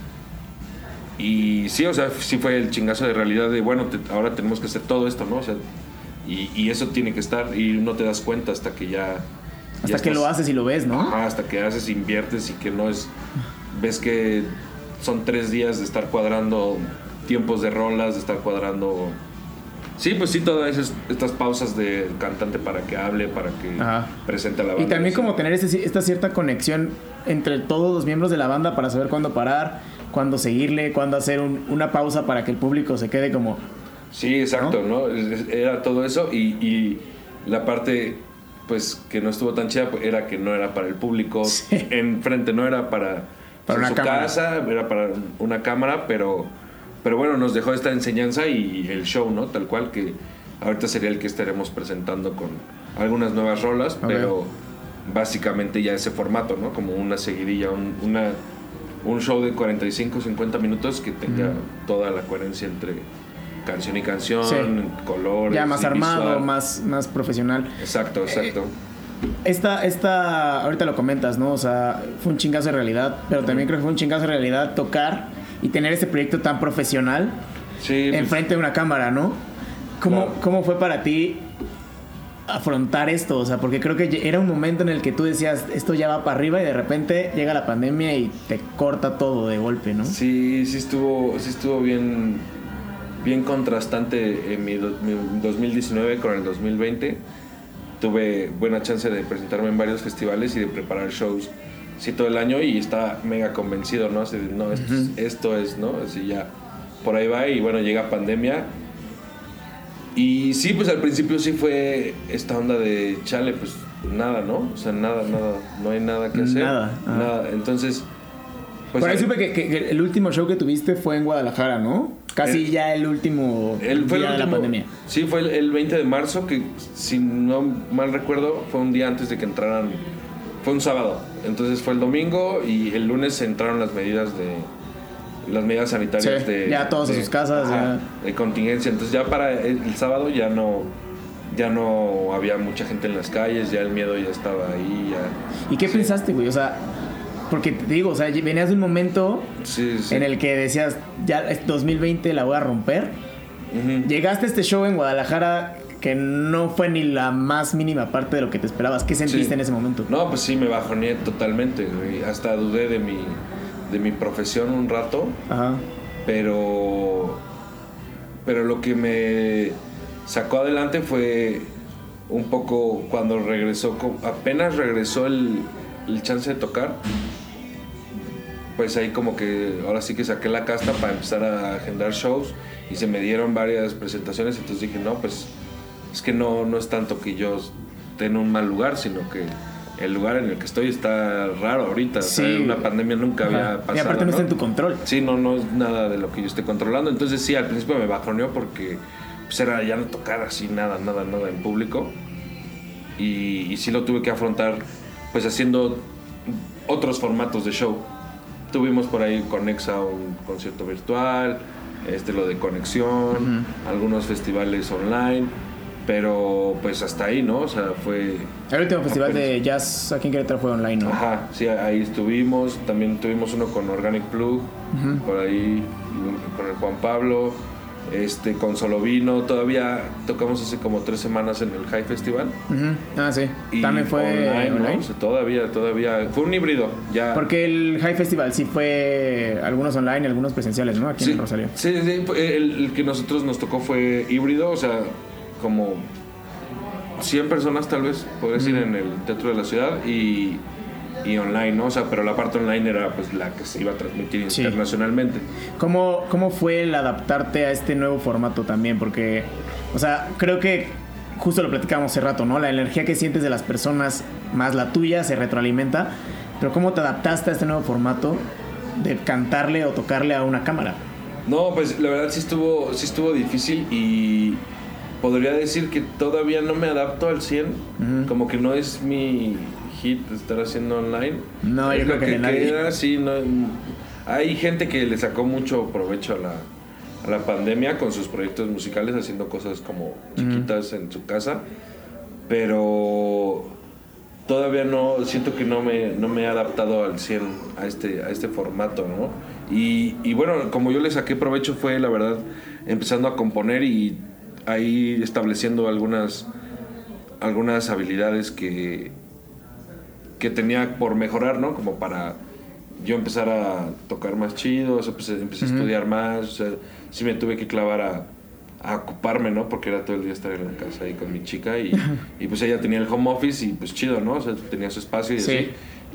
Y sí, o sea, sí fue el chingazo de realidad de, bueno, ahora tenemos que hacer todo esto, ¿no? O sea, y eso tiene que estar y no te das cuenta hasta que hasta que lo haces y lo ves, ¿no? Ajá, hasta que haces, inviertes y que no es... Ves que son 3 días de estar cuadrando tiempos de rolas, de estar cuadrando... Sí, pues sí, todas estas pausas de cantante para que hable, para que presente a la banda. Y también como tener esta cierta conexión entre todos los miembros de la banda para saber cuándo parar, cuándo seguirle, cuándo hacer una pausa para que el público se quede como... Sí, exacto, ¿no? Era todo eso y la parte pues que no estuvo tan chida era que no era para el público enfrente, no era para una su cámara. Casa, era para una cámara, pero bueno, nos dejó esta enseñanza y el show, ¿no? Tal cual, que ahorita sería el que estaremos presentando con algunas nuevas rolas, pero básicamente ya ese formato, ¿no? Como una seguidilla, un show de 45, 50 minutos que tenga toda la coherencia entre canción y canción, colores. Ya más armado, más profesional. Exacto. Esta, ahorita lo comentas, ¿no? O sea, fue un chingazo de realidad, pero también creo que fue un chingazo de realidad tocar y tener este proyecto tan profesional enfrente de una cámara, ¿no? ¿Cómo fue para ti afrontar esto? O sea, porque creo que era un momento en el que tú decías, esto ya va para arriba y de repente llega la pandemia y te corta todo de golpe, ¿no? Sí estuvo bien contrastante en mi 2019 con el 2020. Tuve buena chance de presentarme en varios festivales y de preparar shows todo el año y estaba mega convencido, ¿no? Así de, no, esto es, ¿no? Así ya por ahí va y bueno, llega pandemia y sí, pues al principio sí fue esta onda de chale, pues nada, ¿no? O sea, nada, no hay nada que hacer. Nada. Entonces, pues... Por ahí supe que el último show que tuviste fue en Guadalajara, ¿no? Casi ya el último día de la pandemia. Sí, fue el 20 de marzo, que si no mal recuerdo, fue un día antes de que entraran. Fue un sábado. Entonces fue el domingo y el lunes entraron las medidas sanitarias ya todos en sus casas. De contingencia. Entonces ya para el sábado ya no había mucha gente en las calles, ya el miedo ya estaba ahí. ¿Y qué pensaste, güey? O sea... Porque te digo, o sea, venías de un momento en el que decías, ya 2020 la voy a romper. Llegaste a este show en Guadalajara que no fue ni la más mínima parte de lo que te esperabas. ¿Qué sentiste en ese momento? No, pues sí, me bajoneé totalmente, güey. Hasta dudé de mi profesión un rato. Pero lo que me sacó adelante fue un poco cuando apenas regresó el chance de tocar. Pues ahí como que ahora sí que saqué la casta para empezar a agendar shows y se me dieron varias presentaciones, entonces dije, no, pues es que no es tanto que yo esté en un mal lugar, sino que el lugar en el que estoy está raro ahorita. Sí. O sea, una pandemia nunca había pasado. Y aparte no está en tu control. Sí, no es nada de lo que yo esté controlando. Entonces sí, al principio me bajoneó porque pues era ya no tocar así nada en público. Y sí lo tuve que afrontar pues haciendo otros formatos de show. Tuvimos por ahí con Exa un concierto virtual, lo de conexión, algunos festivales online Pero pues hasta ahí, ¿no? O sea, fue... El último festival de jazz aquí en Querétaro fue online, ¿no? Ajá, sí, ahí estuvimos. También tuvimos uno con Organic Plug, por ahí, con el Juan Pablo, con Solovino. Todavía tocamos hace como 3 semanas en el High Festival. Ah, sí. Y también fue online. ¿no? O sea, todavía. Fue un híbrido, ya. Porque el High Festival sí fue algunos online, algunos presenciales, ¿no? Aquí en Rosario. Sí, el que nosotros nos tocó fue híbrido, o sea, como 100 personas tal vez, podría decir, en el Teatro de la Ciudad y online, ¿no? O sea, pero la parte online era pues la que se iba a transmitir internacionalmente. ¿Cómo fue el adaptarte a este nuevo formato también? Porque, o sea, creo que justo lo platicábamos hace rato, ¿no? La energía que sientes de las personas más la tuya se retroalimenta, pero ¿cómo te adaptaste a este nuevo formato de cantarle o tocarle a una cámara? No, pues la verdad sí estuvo difícil y podría decir que todavía no me adapto al 100, como que no es mi hit estar haciendo online. No, yo creo que queda, sí, no, hay gente que le sacó mucho provecho a la pandemia con sus proyectos musicales, haciendo cosas como chiquitas en su casa, pero todavía no, siento que no me he adaptado al 100 a este formato, ¿no? Y bueno, como yo le saqué provecho fue, la verdad, empezando a componer y ahí estableciendo algunas habilidades que tenía por mejorar, ¿no? Como para yo empezar a tocar más chido, o sea, pues empecé a estudiar más, o sea, sí me tuve que clavar a ocuparme, ¿no? Porque era todo el día estar en la casa ahí con mi chica y pues ella tenía el home office y pues chido, ¿no? O sea, tenía su espacio y así.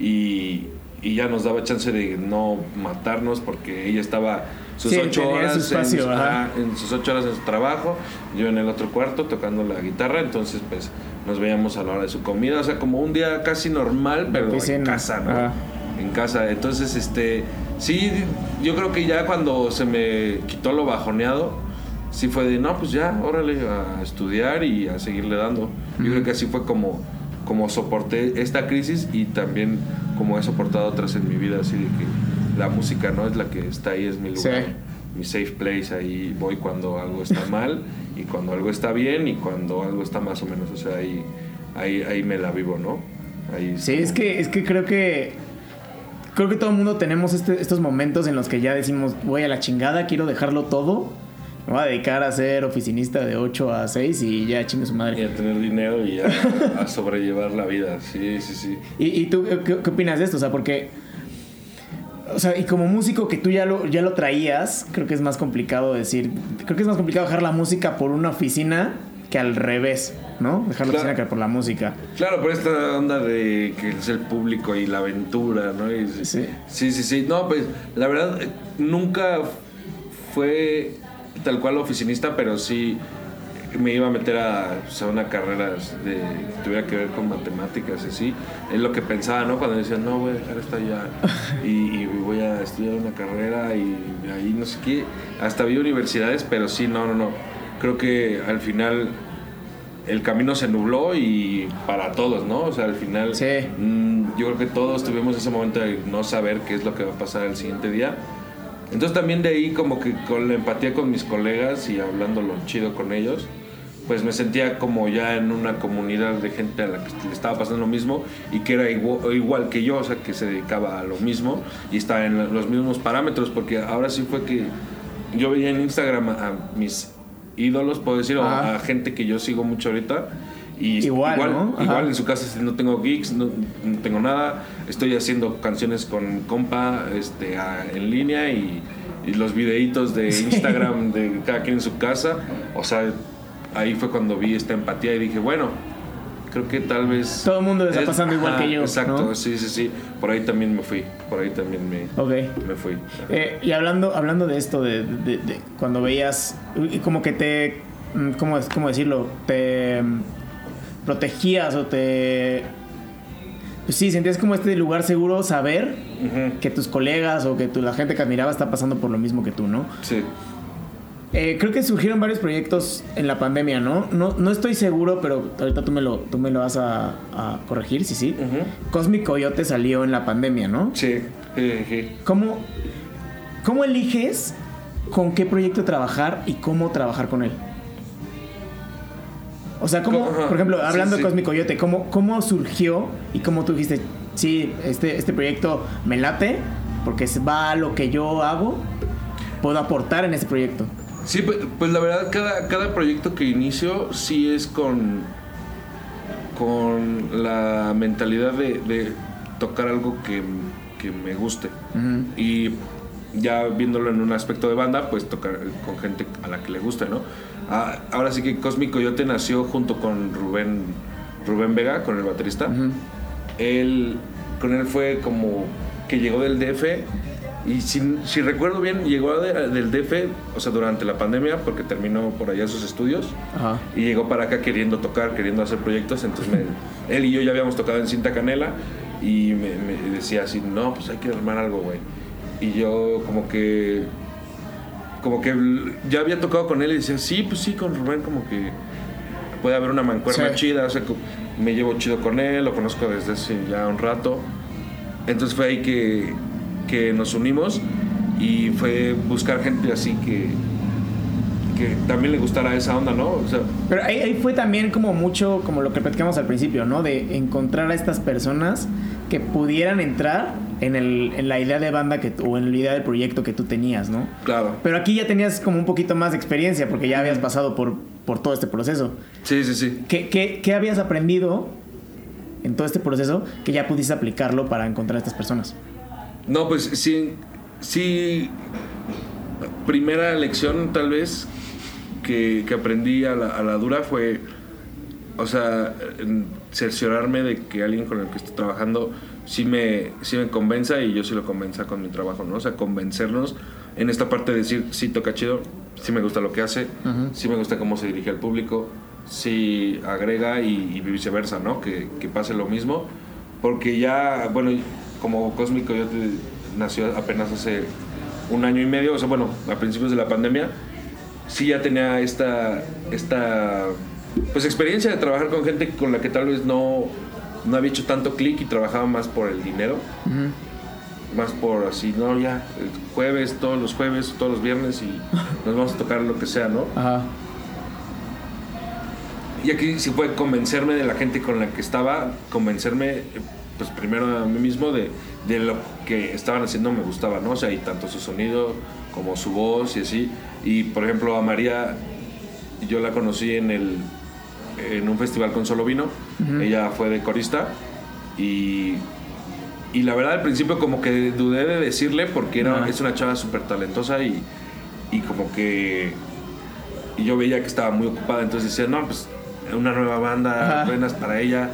Y ya nos daba chance de no matarnos porque ella estaba sus 8 horas en sus 8 horas en su trabajo, yo en el otro cuarto tocando la guitarra, entonces pues nos veíamos a la hora de su comida, o sea, como un día casi normal, pero en casa, ¿no? En casa, entonces sí, yo creo que ya cuando se me quitó lo bajoneado, sí fue de, no, pues ya, órale, a estudiar y a seguirle dando. Yo creo que así fue como soporté esta crisis y también como he soportado otras en mi vida, así de que la música no es la que está ahí, es mi lugar, mi safe place, ahí voy cuando algo está mal y cuando algo está bien y cuando algo está más o menos, o sea, ahí me la vivo, ¿no? Ahí sí, es que creo que todo el mundo tenemos estos momentos en los que ya decimos, voy a la chingada, quiero dejarlo todo, me voy a dedicar a ser oficinista de 8 a 6 y ya chingue su madre. Y a tener dinero y a sobrellevar la vida, sí. ¿Y tú qué opinas de esto? O sea, porque... O sea, y como músico que tú ya lo traías, creo que es más complicado dejar la música por una oficina que al revés, ¿no? Dejar la oficina que por la música. Claro, por esta onda de que es el público y la aventura, ¿no? Sí. No, pues la verdad nunca fue tal cual oficinista, pero sí me iba a meter a una carrera que tuviera que ver con matemáticas, así. Es lo que pensaba, ¿no? Cuando decían, no, voy a dejar esto ya y voy a estudiar una carrera y ahí no sé qué. Hasta vi universidades, pero sí, no. Creo que al final el camino se nubló y para todos, ¿no? O sea, al final yo creo que todos tuvimos ese momento de no saber qué es lo que va a pasar el siguiente día. Entonces también de ahí como que con la empatía con mis colegas y hablando lo chido con ellos, pues me sentía como ya en una comunidad de gente a la que le estaba pasando lo mismo y que era igual que yo, o sea, que se dedicaba a lo mismo y estaba en los mismos parámetros, porque ahora sí fue que yo veía en Instagram a mis ídolos, puedo decir, o a gente que yo sigo mucho ahorita. Y igual, ¿no? Igual en su casa no tengo gigs, no tengo nada, estoy haciendo canciones con compa en línea y los videitos de Instagram de cada quien en su casa, o sea, ahí fue cuando vi esta empatía y dije, bueno, creo que tal vez todo el mundo está pasando igual que yo. Exacto, ¿no? Sí, por ahí también me fui, me fui. Y hablando de esto, de cuando veías, como que ¿cómo decirlo? Te protegías o pues sí, sentías como este lugar seguro, saber que tus colegas o que la gente que admiraba está pasando por lo mismo que tú, ¿no? Sí. Creo que surgieron varios proyectos en la pandemia, ¿no? No estoy seguro, pero ahorita tú me lo vas a corregir, sí. Cosmic Coyote salió en la pandemia, ¿no? Sí. ¿Cómo eliges con qué proyecto trabajar y cómo trabajar con él? O sea, ¿cómo, por ejemplo, hablando de Cosmic Coyote, ¿cómo surgió y cómo tú dijiste, sí, este proyecto me late porque va a lo que yo hago, puedo aportar en este proyecto? Sí, pues la verdad, cada proyecto que inicio sí es con la mentalidad de tocar algo que me guste. Y ya viéndolo en un aspecto de banda, pues tocar con gente a la que le guste, ¿no? Ahora sí que Cosmic Coyote nació junto con Rubén Vega, con el baterista. Con él fue como que llegó del DF, y si recuerdo bien, llegó del DF, o sea, durante la pandemia, porque terminó por allá sus estudios. Ajá. Y llegó para acá queriendo tocar, queriendo hacer proyectos. Entonces él y yo ya habíamos tocado en Cinta Canela, y me decía así, no, pues hay que armar algo, güey. Y yo como que ya había tocado con él y decía, sí, pues sí, con Rubén como que puede haber una mancuerna chida, o sea, me llevo chido con él, lo conozco desde hace ya un rato. Entonces fue ahí que nos unimos, y fue buscar gente así que también le gustara esa onda, ¿no? O sea, pero ahí fue también como mucho, como lo que platicamos al principio, ¿no? De encontrar a estas personas que pudieran entrar en la idea de banda o en la idea del proyecto que tú tenías, ¿no? Claro. Pero aquí ya tenías como un poquito más de experiencia porque ya habías pasado por todo este proceso. Sí. ¿Qué habías aprendido en todo este proceso que ya pudiste aplicarlo para encontrar a estas personas? No, pues sí. Primera lección tal vez que aprendí a la dura fue, o sea, cerciorarme de que alguien con el que estoy trabajando sí me convenza, y yo sí lo convenza con mi trabajo, ¿no? O sea, convencernos en esta parte de decir, sí toca chido, sí me gusta lo que hace, sí me gusta cómo se dirige al público, sí agrega, y viceversa, ¿no? Que pase lo mismo, porque ya, bueno, como Cosmic Coyote nació apenas hace 1 año y medio, o sea, bueno, a principios de la pandemia, sí ya tenía esta pues experiencia de trabajar con gente con la que tal vez no había hecho tanto clic, y trabajaba más por el dinero, más por así, no, ya todos los viernes, y nos vamos a tocar lo que sea, ¿no? Ajá. Y aquí sí fue convencerme de la gente con la que estaba, convencerme, pues primero a mí mismo de lo que estaban haciendo me gustaba, ¿no? O sea, y tanto su sonido como su voz y así. Y por ejemplo a María, yo la conocí en un festival con Solo Vino. Ella fue de corista, y la verdad al principio como que dudé de decirle, porque es una chava súper talentosa, y como que yo veía que estaba muy ocupada, entonces decía, no, pues una nueva banda, apenas para ella.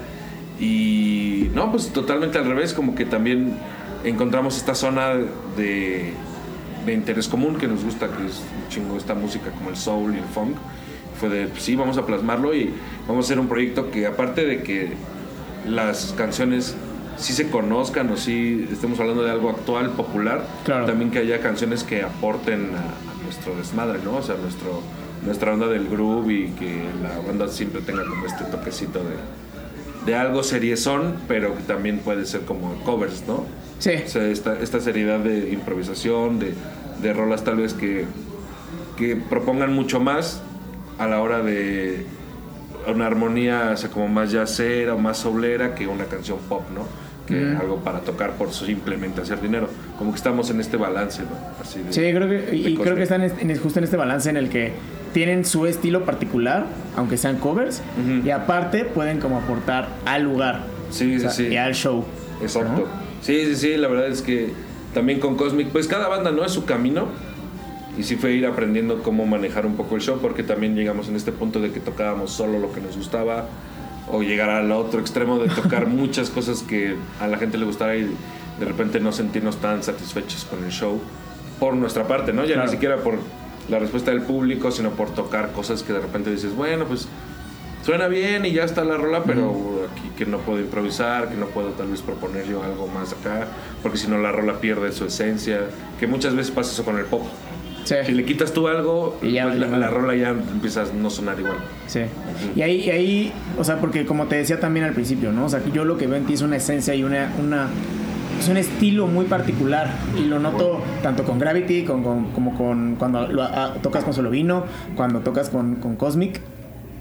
Y no, pues totalmente al revés, como que también encontramos esta zona de interés común que nos gusta, que es un chingo esta música como el soul y el funk. Fue de, pues sí, vamos a plasmarlo, y vamos a hacer un proyecto que, aparte de que las canciones sí se conozcan, o sí estemos hablando de algo actual, popular, claro, también que haya canciones que aporten a nuestro desmadre, ¿no? O sea, nuestra onda del groove, y que la banda siempre tenga como este toquecito de algo seriezón, pero que también puede ser como covers, ¿no? Sí. O sea, esta seriedad de improvisación, de rolas tal vez que propongan mucho más a la hora de una armonía, o sea, como más jazzera o más soulera que una canción pop, ¿no? Que algo para tocar por simplemente hacer dinero. Como que estamos en este balance, ¿no? Así de, sí, creo que están justo en este balance en el que tienen su estilo particular, aunque sean covers, y aparte pueden como aportar al lugar, sí, sí. Y al show. Exacto. ¿No? Sí, la verdad es que también con Cosmic, pues cada banda no es su camino, y sí fue ir aprendiendo cómo manejar un poco el show, porque también llegamos en este punto de que tocábamos solo lo que nos gustaba, o llegar al otro extremo de tocar muchas cosas que a la gente le gustara, y de repente no sentirnos tan satisfechos con el show por nuestra parte, ¿no? Ya claro, ni siquiera por la respuesta del público, sino por tocar cosas que de repente dices, bueno, pues suena bien y ya está la rola, pero aquí que no puedo improvisar, que no puedo tal vez proponer yo algo más acá, porque si no la rola pierde su esencia, que muchas veces pasa eso con el pop. Sí. Si le quitas tú algo, y ya, pues la rola ya empieza a no sonar igual. Sí. Y ahí, o sea, porque como te decía también al principio, ¿no? O sea, yo lo que veo en ti es una esencia y es un estilo muy particular, y lo noto tanto con Gravity como con cuando tocas con Solo Vino, cuando tocas con Cosmic.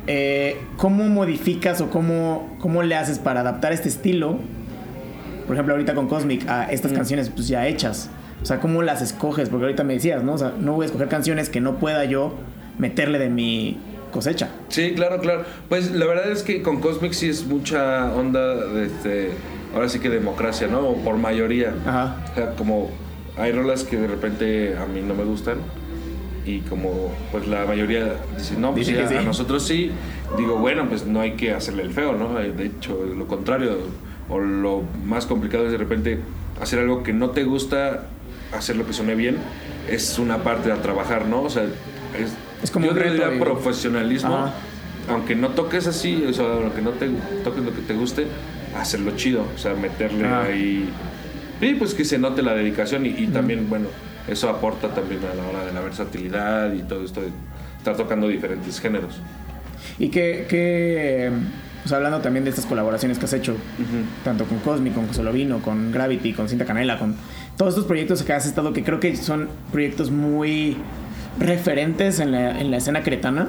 ¿cómo modificas o cómo le haces para adaptar este estilo? Por ejemplo, ahorita con Cosmic, a estas canciones pues ya hechas. O sea, ¿cómo las escoges? Porque ahorita me decías, ¿no? O sea, no voy a escoger canciones que no pueda yo meterle de mi cosecha. Sí, claro. Pues la verdad es que con Cosmic sí es mucha onda ahora sí que democracia, ¿no? O por mayoría. Ajá. O sea, como hay rolas que de repente a mí no me gustan y como pues la mayoría dice, no, pues dice sí, a nosotros sí. Digo, bueno, pues no hay que hacerle el feo, ¿no? De hecho, lo contrario, o lo más complicado es de repente hacer algo que no te gusta, hacer lo que suene bien, es una parte a trabajar, ¿no? O sea, es como yo un reto, diría profesionalismo. Ajá. Aunque no toques así, o sea, aunque no te toques lo que te guste, hacerlo chido, o sea, meterle ahí. Sí, pues que se note la dedicación y también, bueno, eso aporta también a la hora de la versatilidad y todo esto de estar tocando diferentes géneros. Y pues hablando también de estas colaboraciones que has hecho, tanto con Cosmic, con Solovino, con Gravity, con Cinta Canela, con todos estos proyectos que has estado, que creo que son proyectos muy referentes en la escena queretana.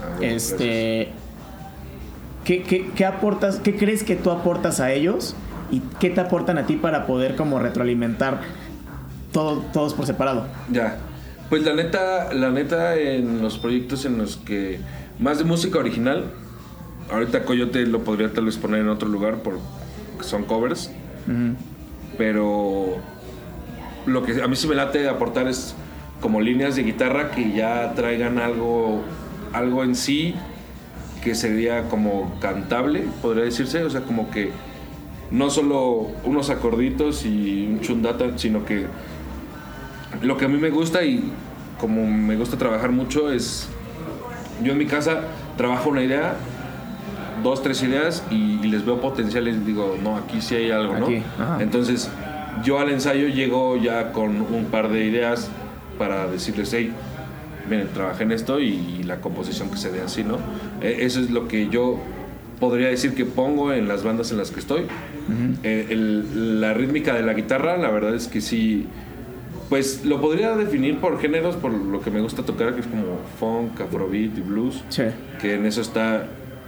¿Qué aportas? ¿Qué crees que tú aportas a ellos? ¿Y qué te aportan a ti para poder como retroalimentar todos por separado? Ya, pues la neta en los proyectos en los que más de música original, ahorita Coyote lo podría tal vez poner en otro lugar porque son covers, pero lo que a mí sí me late aportar es como líneas de guitarra que ya traigan algo en sí que sería como cantable, podría decirse, o sea, como que no solo unos acorditos y un chundata, sino que lo que a mí me gusta y como me gusta trabajar mucho es, yo en mi casa trabajo una idea, 2, 3 ideas y les veo potenciales y digo, no, aquí sí hay algo, ¿no? Entonces yo al ensayo llego ya con un par de ideas para decirles, hey, miren, trabajé en esto y la composición que se dé así, ¿no? Eso es lo que yo podría decir que pongo en las bandas en las que estoy. La rítmica de la guitarra, la verdad es que sí, pues lo podría definir por géneros, por lo que me gusta tocar, que es como funk, afrobeat y blues, sí. Que en eso está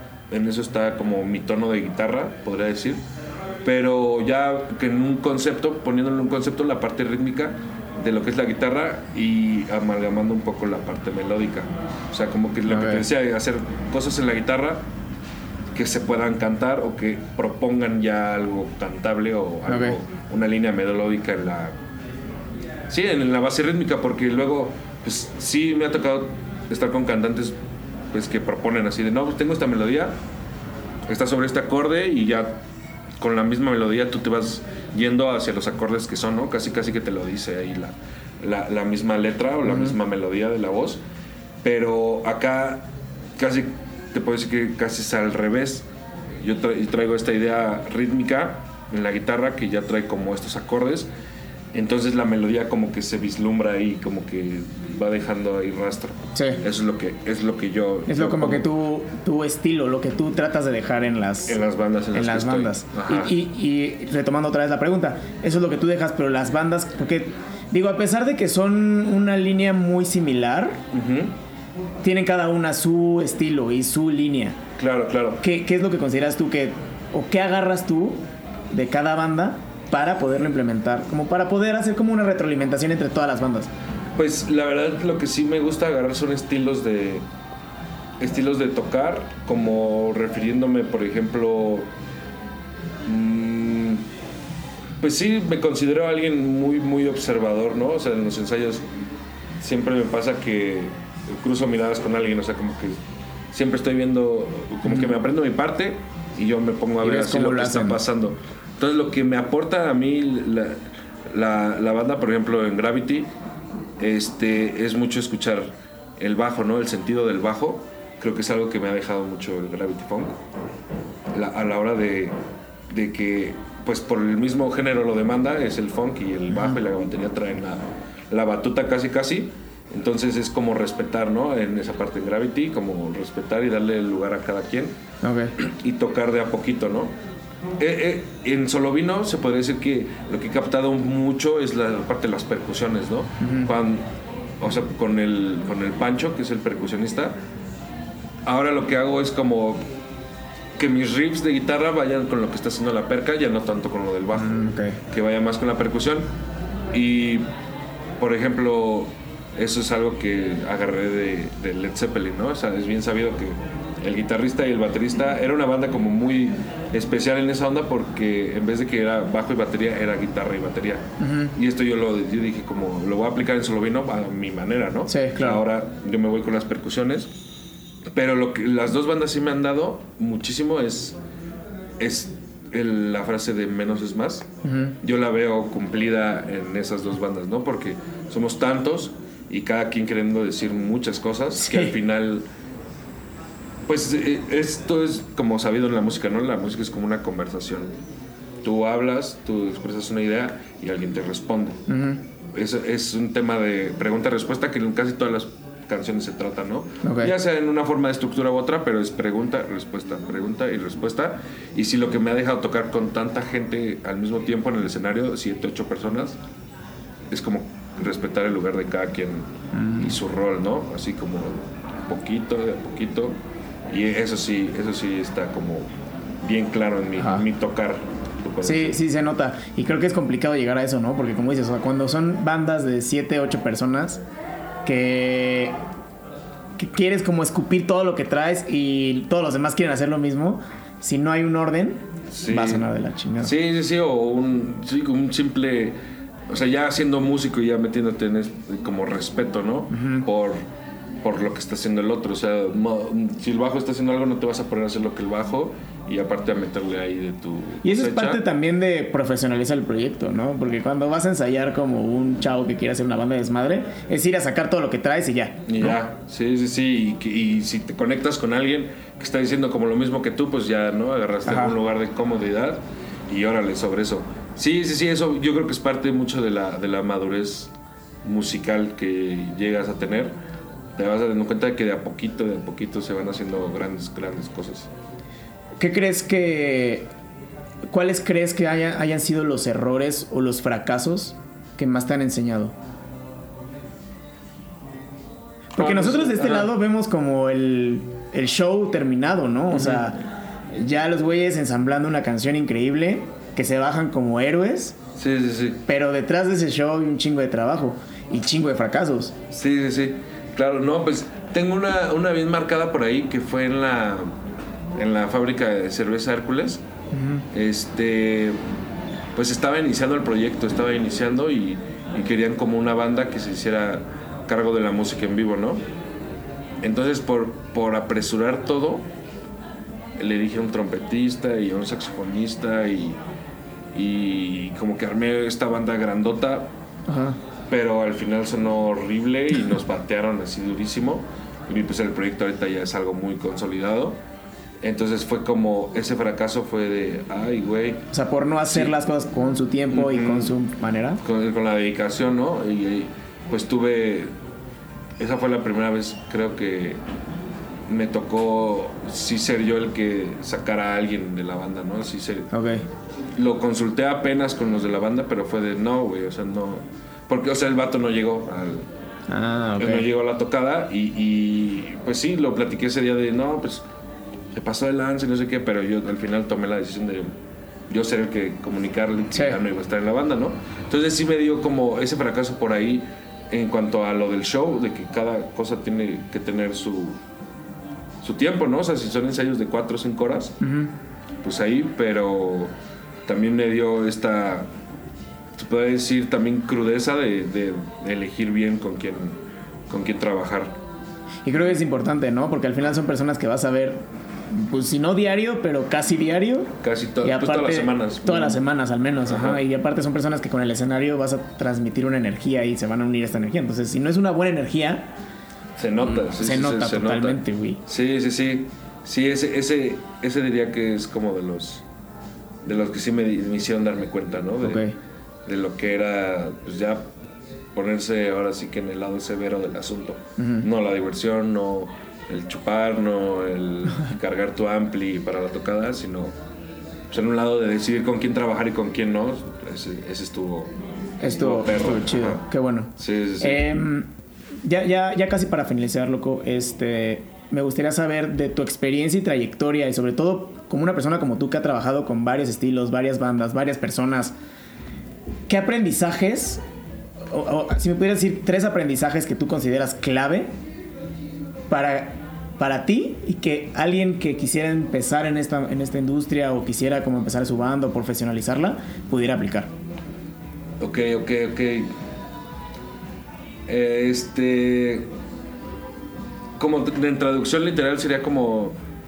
como mi tono de guitarra, podría decir. Pero ya que en un concepto, poniéndole un concepto, la parte rítmica de lo que es la guitarra y amalgamando un poco la parte melódica. O sea, como que lo que te decía, hacer cosas en la guitarra que se puedan cantar o que propongan ya algo cantable o algo, una línea melódica en la base rítmica, porque luego pues sí me ha tocado estar con cantantes pues que proponen así de, no, pues tengo esta melodía, está sobre este acorde y ya con la misma melodía tú te vas yendo hacia los acordes que son, ¿no? Casi que te lo dice ahí la misma letra o la misma melodía de la voz. Pero acá casi te puedo decir que casi es al revés. Yo traigo esta idea rítmica en la guitarra que ya trae como estos acordes. Entonces la melodía como que se vislumbra ahí, como que va dejando ahí rastro. Sí. Eso es lo que yo... Es lo como que tu estilo, lo que tú tratas de dejar en las bandas en las bandas. Y retomando otra vez la pregunta, eso es lo que tú dejas, pero las bandas, porque digo, a pesar de que son una línea muy similar, tienen cada una su estilo y su línea. Claro. ¿Qué es lo que consideras tú o qué agarras tú de cada banda para poderlo implementar, como para poder hacer como una retroalimentación entre todas las bandas? Pues la verdad lo que sí me gusta agarrar son estilos de tocar, como refiriéndome, por ejemplo, pues sí me considero alguien muy muy observador, ¿no? O sea, en los ensayos siempre me pasa que cruzo miradas con alguien, o sea, como que siempre estoy viendo, como que me aprendo mi parte y yo me pongo a ver así lo que está pasando. Entonces lo que me aporta a mí la banda, por ejemplo en Gravity, es mucho escuchar el bajo, ¿no? El sentido del bajo. Creo que es algo que me ha dejado mucho el Gravity Funk. A la hora de que, pues por el mismo género lo demanda, es el funk y el bajo y la batería traen la batuta casi. Entonces es como respetar, ¿no? En esa parte en Gravity, como respetar y darle el lugar a cada quien. Y tocar de a poquito, ¿no? En Solovino se podría decir que lo que he captado mucho es la parte de las percusiones, ¿no? O sea, con el Pancho, que es el percusionista, ahora lo que hago es como que mis riffs de guitarra vayan con lo que está haciendo la perca, ya no tanto con lo del bajo, Okay. que vaya más con la percusión. Y por ejemplo, eso es algo que agarré de Led Zeppelin, ¿no? O sea, es bien sabido que el guitarrista y el baterista era una banda como muy especial en esa onda, porque en vez de que era bajo y batería, era guitarra y batería. Y esto yo dije como lo voy a aplicar en Solovino a mi manera, ¿no? Sí, claro. Ahora yo me voy con las percusiones, pero lo que las dos bandas sí me han dado muchísimo es la frase de menos es más. Yo la veo cumplida en esas dos bandas, ¿no? Porque somos tantos y cada quien queriendo decir muchas cosas, que al final, pues esto es como sabido en la música, ¿no? La música es como una conversación. Tú hablas, tú expresas una idea y alguien te responde. Es un tema de pregunta-respuesta que en casi todas las canciones se trata, ¿no? Okay. Ya sea en una forma de estructura u otra, pero es pregunta y respuesta. Y si lo que me ha dejado tocar con tanta gente al mismo tiempo en el escenario, 7, 8 personas, es como respetar el lugar de cada quien y su rol, ¿no? Así como poquito de poquito. Y eso sí está como bien claro en mi tocar. Sí, sí se nota. Y creo que es complicado llegar a eso, ¿no? Porque como dices, o sea, cuando son bandas de 7, 8 personas que quieres como escupir todo lo que traes y todos los demás quieren hacer lo mismo, si no hay un orden, va a sonar de la chingada. Sí, o un simple, o sea, ya siendo músico y ya metiéndote en como respeto, ¿no? Por lo que está haciendo el otro. O sea, si el bajo está haciendo algo, no te vas a poner a hacer lo que el bajo, y aparte a meterle ahí de tu Y eso cosecha. es parte también de profesionalizar el proyecto, ¿no? Porque cuando vas a ensayar como un chavo que quiere hacer una banda de desmadre, es ir a sacar todo lo que traes y ya, ¿no? Y ya, sí. Y si te conectas con alguien que está diciendo como lo mismo que tú, pues ya, ¿no? Agarraste algún lugar de comodidad y órale sobre eso. Sí, eso yo creo que es parte mucho de la madurez musical que llegas a tener. Te vas dando cuenta de que de a poquito se van haciendo grandes cosas. ¿Cuáles crees que hayan sido los errores o los fracasos que más te han enseñado? Porque nosotros de este lado vemos como el show terminado, ¿no? O sea, ya los güeyes ensamblando una canción increíble, que se bajan como héroes. Sí. Pero detrás de ese show hay un chingo de trabajo y chingo de fracasos. Sí. Claro, no, pues tengo una bien marcada por ahí que fue en la fábrica de cerveza Hércules. Pues estaba iniciando el proyecto, y querían como una banda que se hiciera cargo de la música en vivo, ¿no? Entonces por apresurar todo, le dije a un trompetista y a un saxofonista y como que armé esta banda grandota. Pero al final sonó horrible y nos patearon así durísimo. Y pues el proyecto ahorita ya es algo muy consolidado. Entonces fue como, ese fracaso fue de, ay, güey. O sea, por no hacer las cosas con su tiempo y con su manera. Con la dedicación, ¿no? Y pues esa fue la primera vez, creo que me tocó sí ser yo el que sacara a alguien de la banda, ¿no? Sí ser. Okay. Lo consulté apenas con los de la banda, pero fue de no, güey, o sea, no. Porque, o sea, el vato no llegó no llegó a la tocada y pues sí, lo platiqué ese día de no, pues se pasó de lanza y no sé qué, pero yo al final tomé la decisión de yo ser el que comunicarle que ya no iba a estar en la banda, ¿no? Entonces sí me dio como ese fracaso por ahí en cuanto a lo del show, de que cada cosa tiene que tener su tiempo, ¿no? O sea, si son ensayos de 4 o 5 horas, pues ahí, pero también me dio esta, se puede decir, también crudeza de elegir bien con quién trabajar. Y creo que es importante, ¿no? Porque al final son personas que vas a ver, pues si no diario, pero casi diario. Casi y aparte, todas las semanas. Todas las semanas al menos, ajá. Y aparte son personas que con el escenario vas a transmitir una energía y se van a unir a esta energía. Entonces, si no es una buena energía, se nota. Se nota totalmente, güey. Sí. Sí, ese diría que es como de los que sí me hicieron darme cuenta, ¿no? De lo que era, pues ya ponerse ahora sí que en el lado severo del asunto. No la diversión, no el chupar, no el cargar tu ampli para la tocada, sino pues en un lado de decidir con quién trabajar y con quién no. Ese estuvo chido. Ajá. Qué bueno. Sí. Ya casi para finalizar, loco, me gustaría saber de tu experiencia y trayectoria, y sobre todo como una persona como tú que ha trabajado con varios estilos, varias bandas, varias personas, ¿qué aprendizajes, o si me pudieras decir 3 aprendizajes que tú consideras clave para ti y que alguien que quisiera empezar en esta industria o quisiera como empezar su banda o profesionalizarla pudiera aplicar? Ok. Como en traducción literal sería como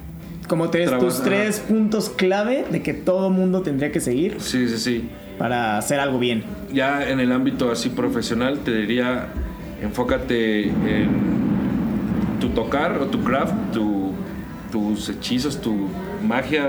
tus 3 puntos clave de que todo mundo tendría que seguir. Sí. Para hacer algo bien. Ya en el ámbito así profesional te diría, enfócate en tu tocar o tu craft, tus hechizos, tu magia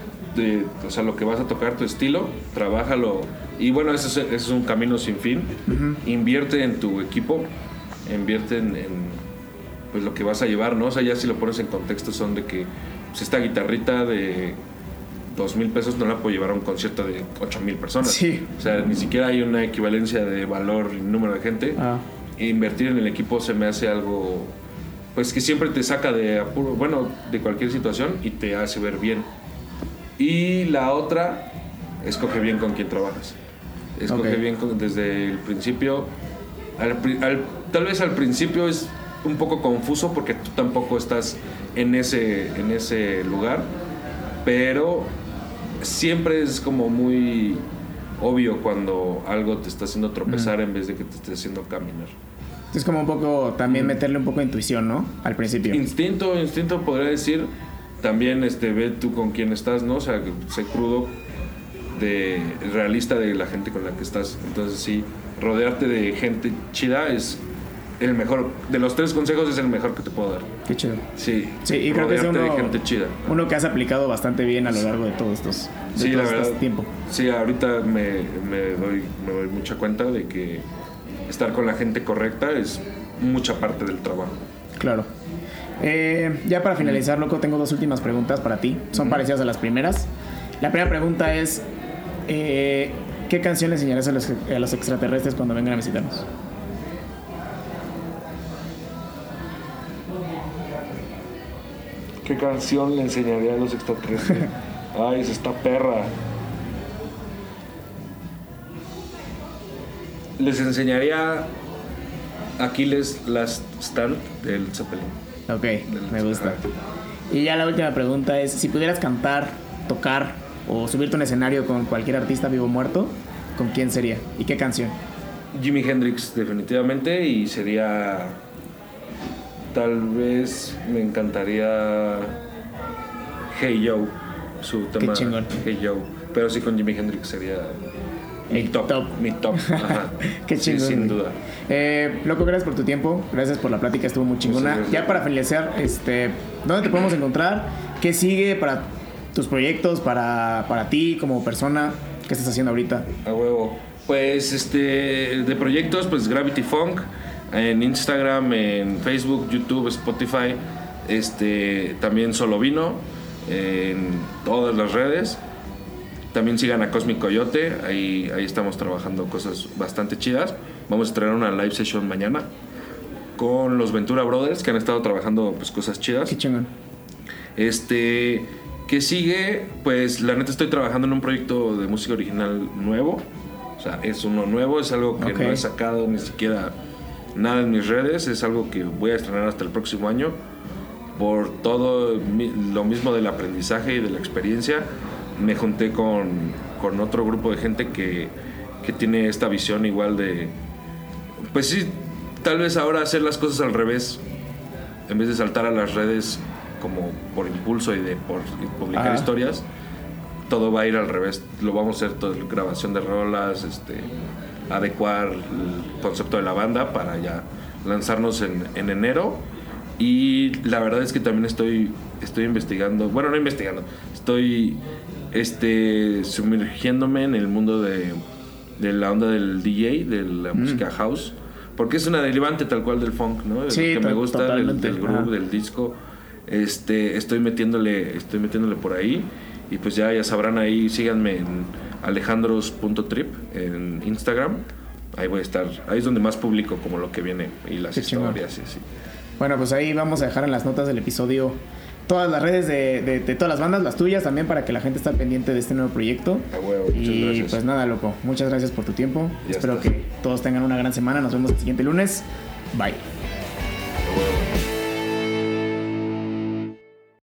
o sea, lo que vas a tocar, tu estilo, trabájalo. Y bueno, ese es un camino sin fin. Uh-huh. Invierte en tu equipo, invierte en pues lo que vas a llevar, ¿no? O sea, ya si lo pones en contexto son de que pues, esta guitarrita de 2,000 pesos no la puedo llevar a un concierto de 8,000 personas. Sí. O sea, ni siquiera hay una equivalencia de valor y número de gente. Invertir en el equipo se me hace algo pues que siempre te saca de apuro, bueno, de cualquier situación y te hace ver bien. Y la otra, escoge bien con quién trabajas. Escoge bien desde el principio. Tal vez al principio es un poco confuso porque tú tampoco estás en ese lugar, pero siempre es como muy obvio cuando algo te está haciendo tropezar en vez de que te esté haciendo caminar. Es como un poco también meterle un poco de intuición, ¿no? Al principio. Instinto podría decir. También ve tú con quién estás, ¿no? O sea, sé crudo, realista de la gente con la que estás. Entonces sí, rodearte de gente chida es el mejor. De los 3 consejos es el mejor que te puedo dar. Qué chido. Sí, y creo que es de gente chida. Uno que has aplicado bastante bien a lo largo de todos estos la verdad, tiempo. Sí, ahorita me doy mucha cuenta de que estar con la gente correcta es mucha parte del trabajo. Claro. Ya para finalizar, loco, tengo 2 últimas preguntas para ti. Son parecidas a las primeras. La primera pregunta es ¿qué canción le enseñarás a los extraterrestres cuando vengan a visitarnos? ¿Qué canción le enseñaría a los extraterrestres? Ay, es esta perra. Les enseñaría Aquiles Last Stand del Zeppelin. Ok, me gusta. Y ya la última pregunta es, si pudieras cantar, tocar o subirte a un escenario con cualquier artista vivo o muerto, ¿con quién sería? ¿Y qué canción? Jimi Hendrix, definitivamente, y sería... Tal vez me encantaría Hey Joe, su tema. Qué chingón. Hey Joe, pero sí con Jimi Hendrix sería mi top. Ajá. Qué chingón. Sí, sin duda. Loco, gracias por tu tiempo, gracias por la plática, estuvo muy chingona. Ya para finalizar, ¿dónde te podemos encontrar? ¿Qué sigue para tus proyectos, para ti como persona? ¿Qué estás haciendo ahorita? A huevo. Pues de proyectos, pues Gravity Funk en Instagram, en Facebook, YouTube, Spotify, también Solo Vino en todas las redes. También sigan a Cosmic Coyote, ahí estamos trabajando cosas bastante chidas. Vamos a traer una live session mañana con los Ventura Brothers, que han estado trabajando pues cosas chidas. Qué chingón. ¿Qué sigue? Pues la neta estoy trabajando en un proyecto de música original nuevo. O sea, es uno nuevo, es algo que no he sacado ni siquiera nada en mis redes, es algo que voy a estrenar hasta el próximo año. Por todo lo mismo del aprendizaje y de la experiencia, me junté con otro grupo de gente que tiene esta visión igual de, pues sí, tal vez ahora hacer las cosas al revés, en vez de saltar a las redes como por impulso y por publicar historias, todo va a ir al revés. Lo vamos a hacer todo, grabación de rolas, adecuar el concepto de la banda para ya lanzarnos en enero. Y la verdad es que también estoy investigando, bueno, no investigando, estoy sumergiéndome en el mundo de la onda del DJ, de la música house, porque es una derivante tal cual del funk, ¿no? De sí, lo que me gusta, del groove, Ajá. del disco. Estoy metiéndole por ahí. Y pues ya sabrán, ahí síganme en alejandros.trip en Instagram. Ahí voy a estar, ahí es donde más publico como lo que viene y las historias y así. Bueno, pues ahí vamos a dejar en las notas del episodio todas las redes de todas las bandas, las tuyas también, para que la gente esté pendiente de este nuevo proyecto. Muchas gracias. Pues nada, loco, muchas gracias por tu tiempo. Ya Espero estás. que todos tengan una gran semana. Nos vemos el siguiente lunes. Bye.